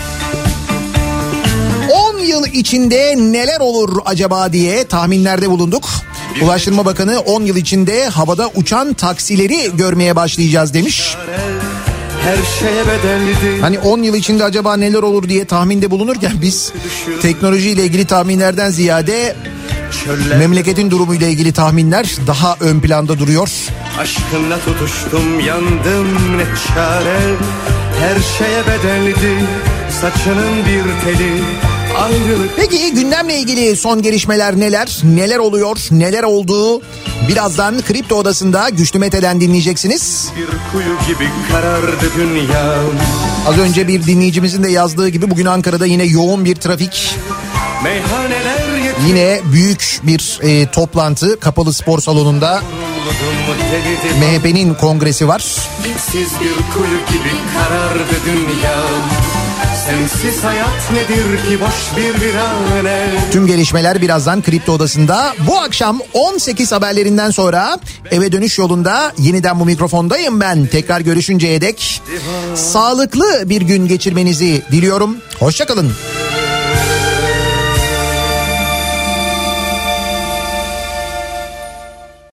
on yıl içinde neler olur acaba diye tahminlerde bulunduk. Ulaştırma Bakanı on yıl içinde havada uçan taksileri görmeye başlayacağız demiş. Her şeye bedeldi. Hani on yıl içinde acaba neler olur diye tahminde bulunurken biz teknolojiyle ilgili tahminlerden ziyade memleketin durumuyla ilgili tahminler daha ön planda duruyor. Aşkınla tutuştum, yandım, ne çare. Her şeye bedeldi saçının bir teli. Ayrılık. Peki gündemle ilgili son gelişmeler neler? Neler oluyor? Neler oldu? Birazdan Kripto Odası'nda Güçlü Mete'den dinleyeceksiniz. Bir kuyu gibi karardı dünya. Az önce bir dinleyicimizin de yazdığı gibi bugün Ankara'da yine yoğun bir trafik. Yine büyük bir e, toplantı kapalı spor salonunda. M H P'nin kongresi var. Dipsiz bir kuyu gibi karardı dünya. Sensiz hayat nedir ki boş bir virane. Tüm gelişmeler birazdan Kripto Odası'nda. Bu akşam on sekiz haberlerinden sonra eve dönüş yolunda yeniden bu mikrofondayım ben. Tekrar görüşünceye dek sağlıklı bir gün geçirmenizi diliyorum. Hoşça kalın.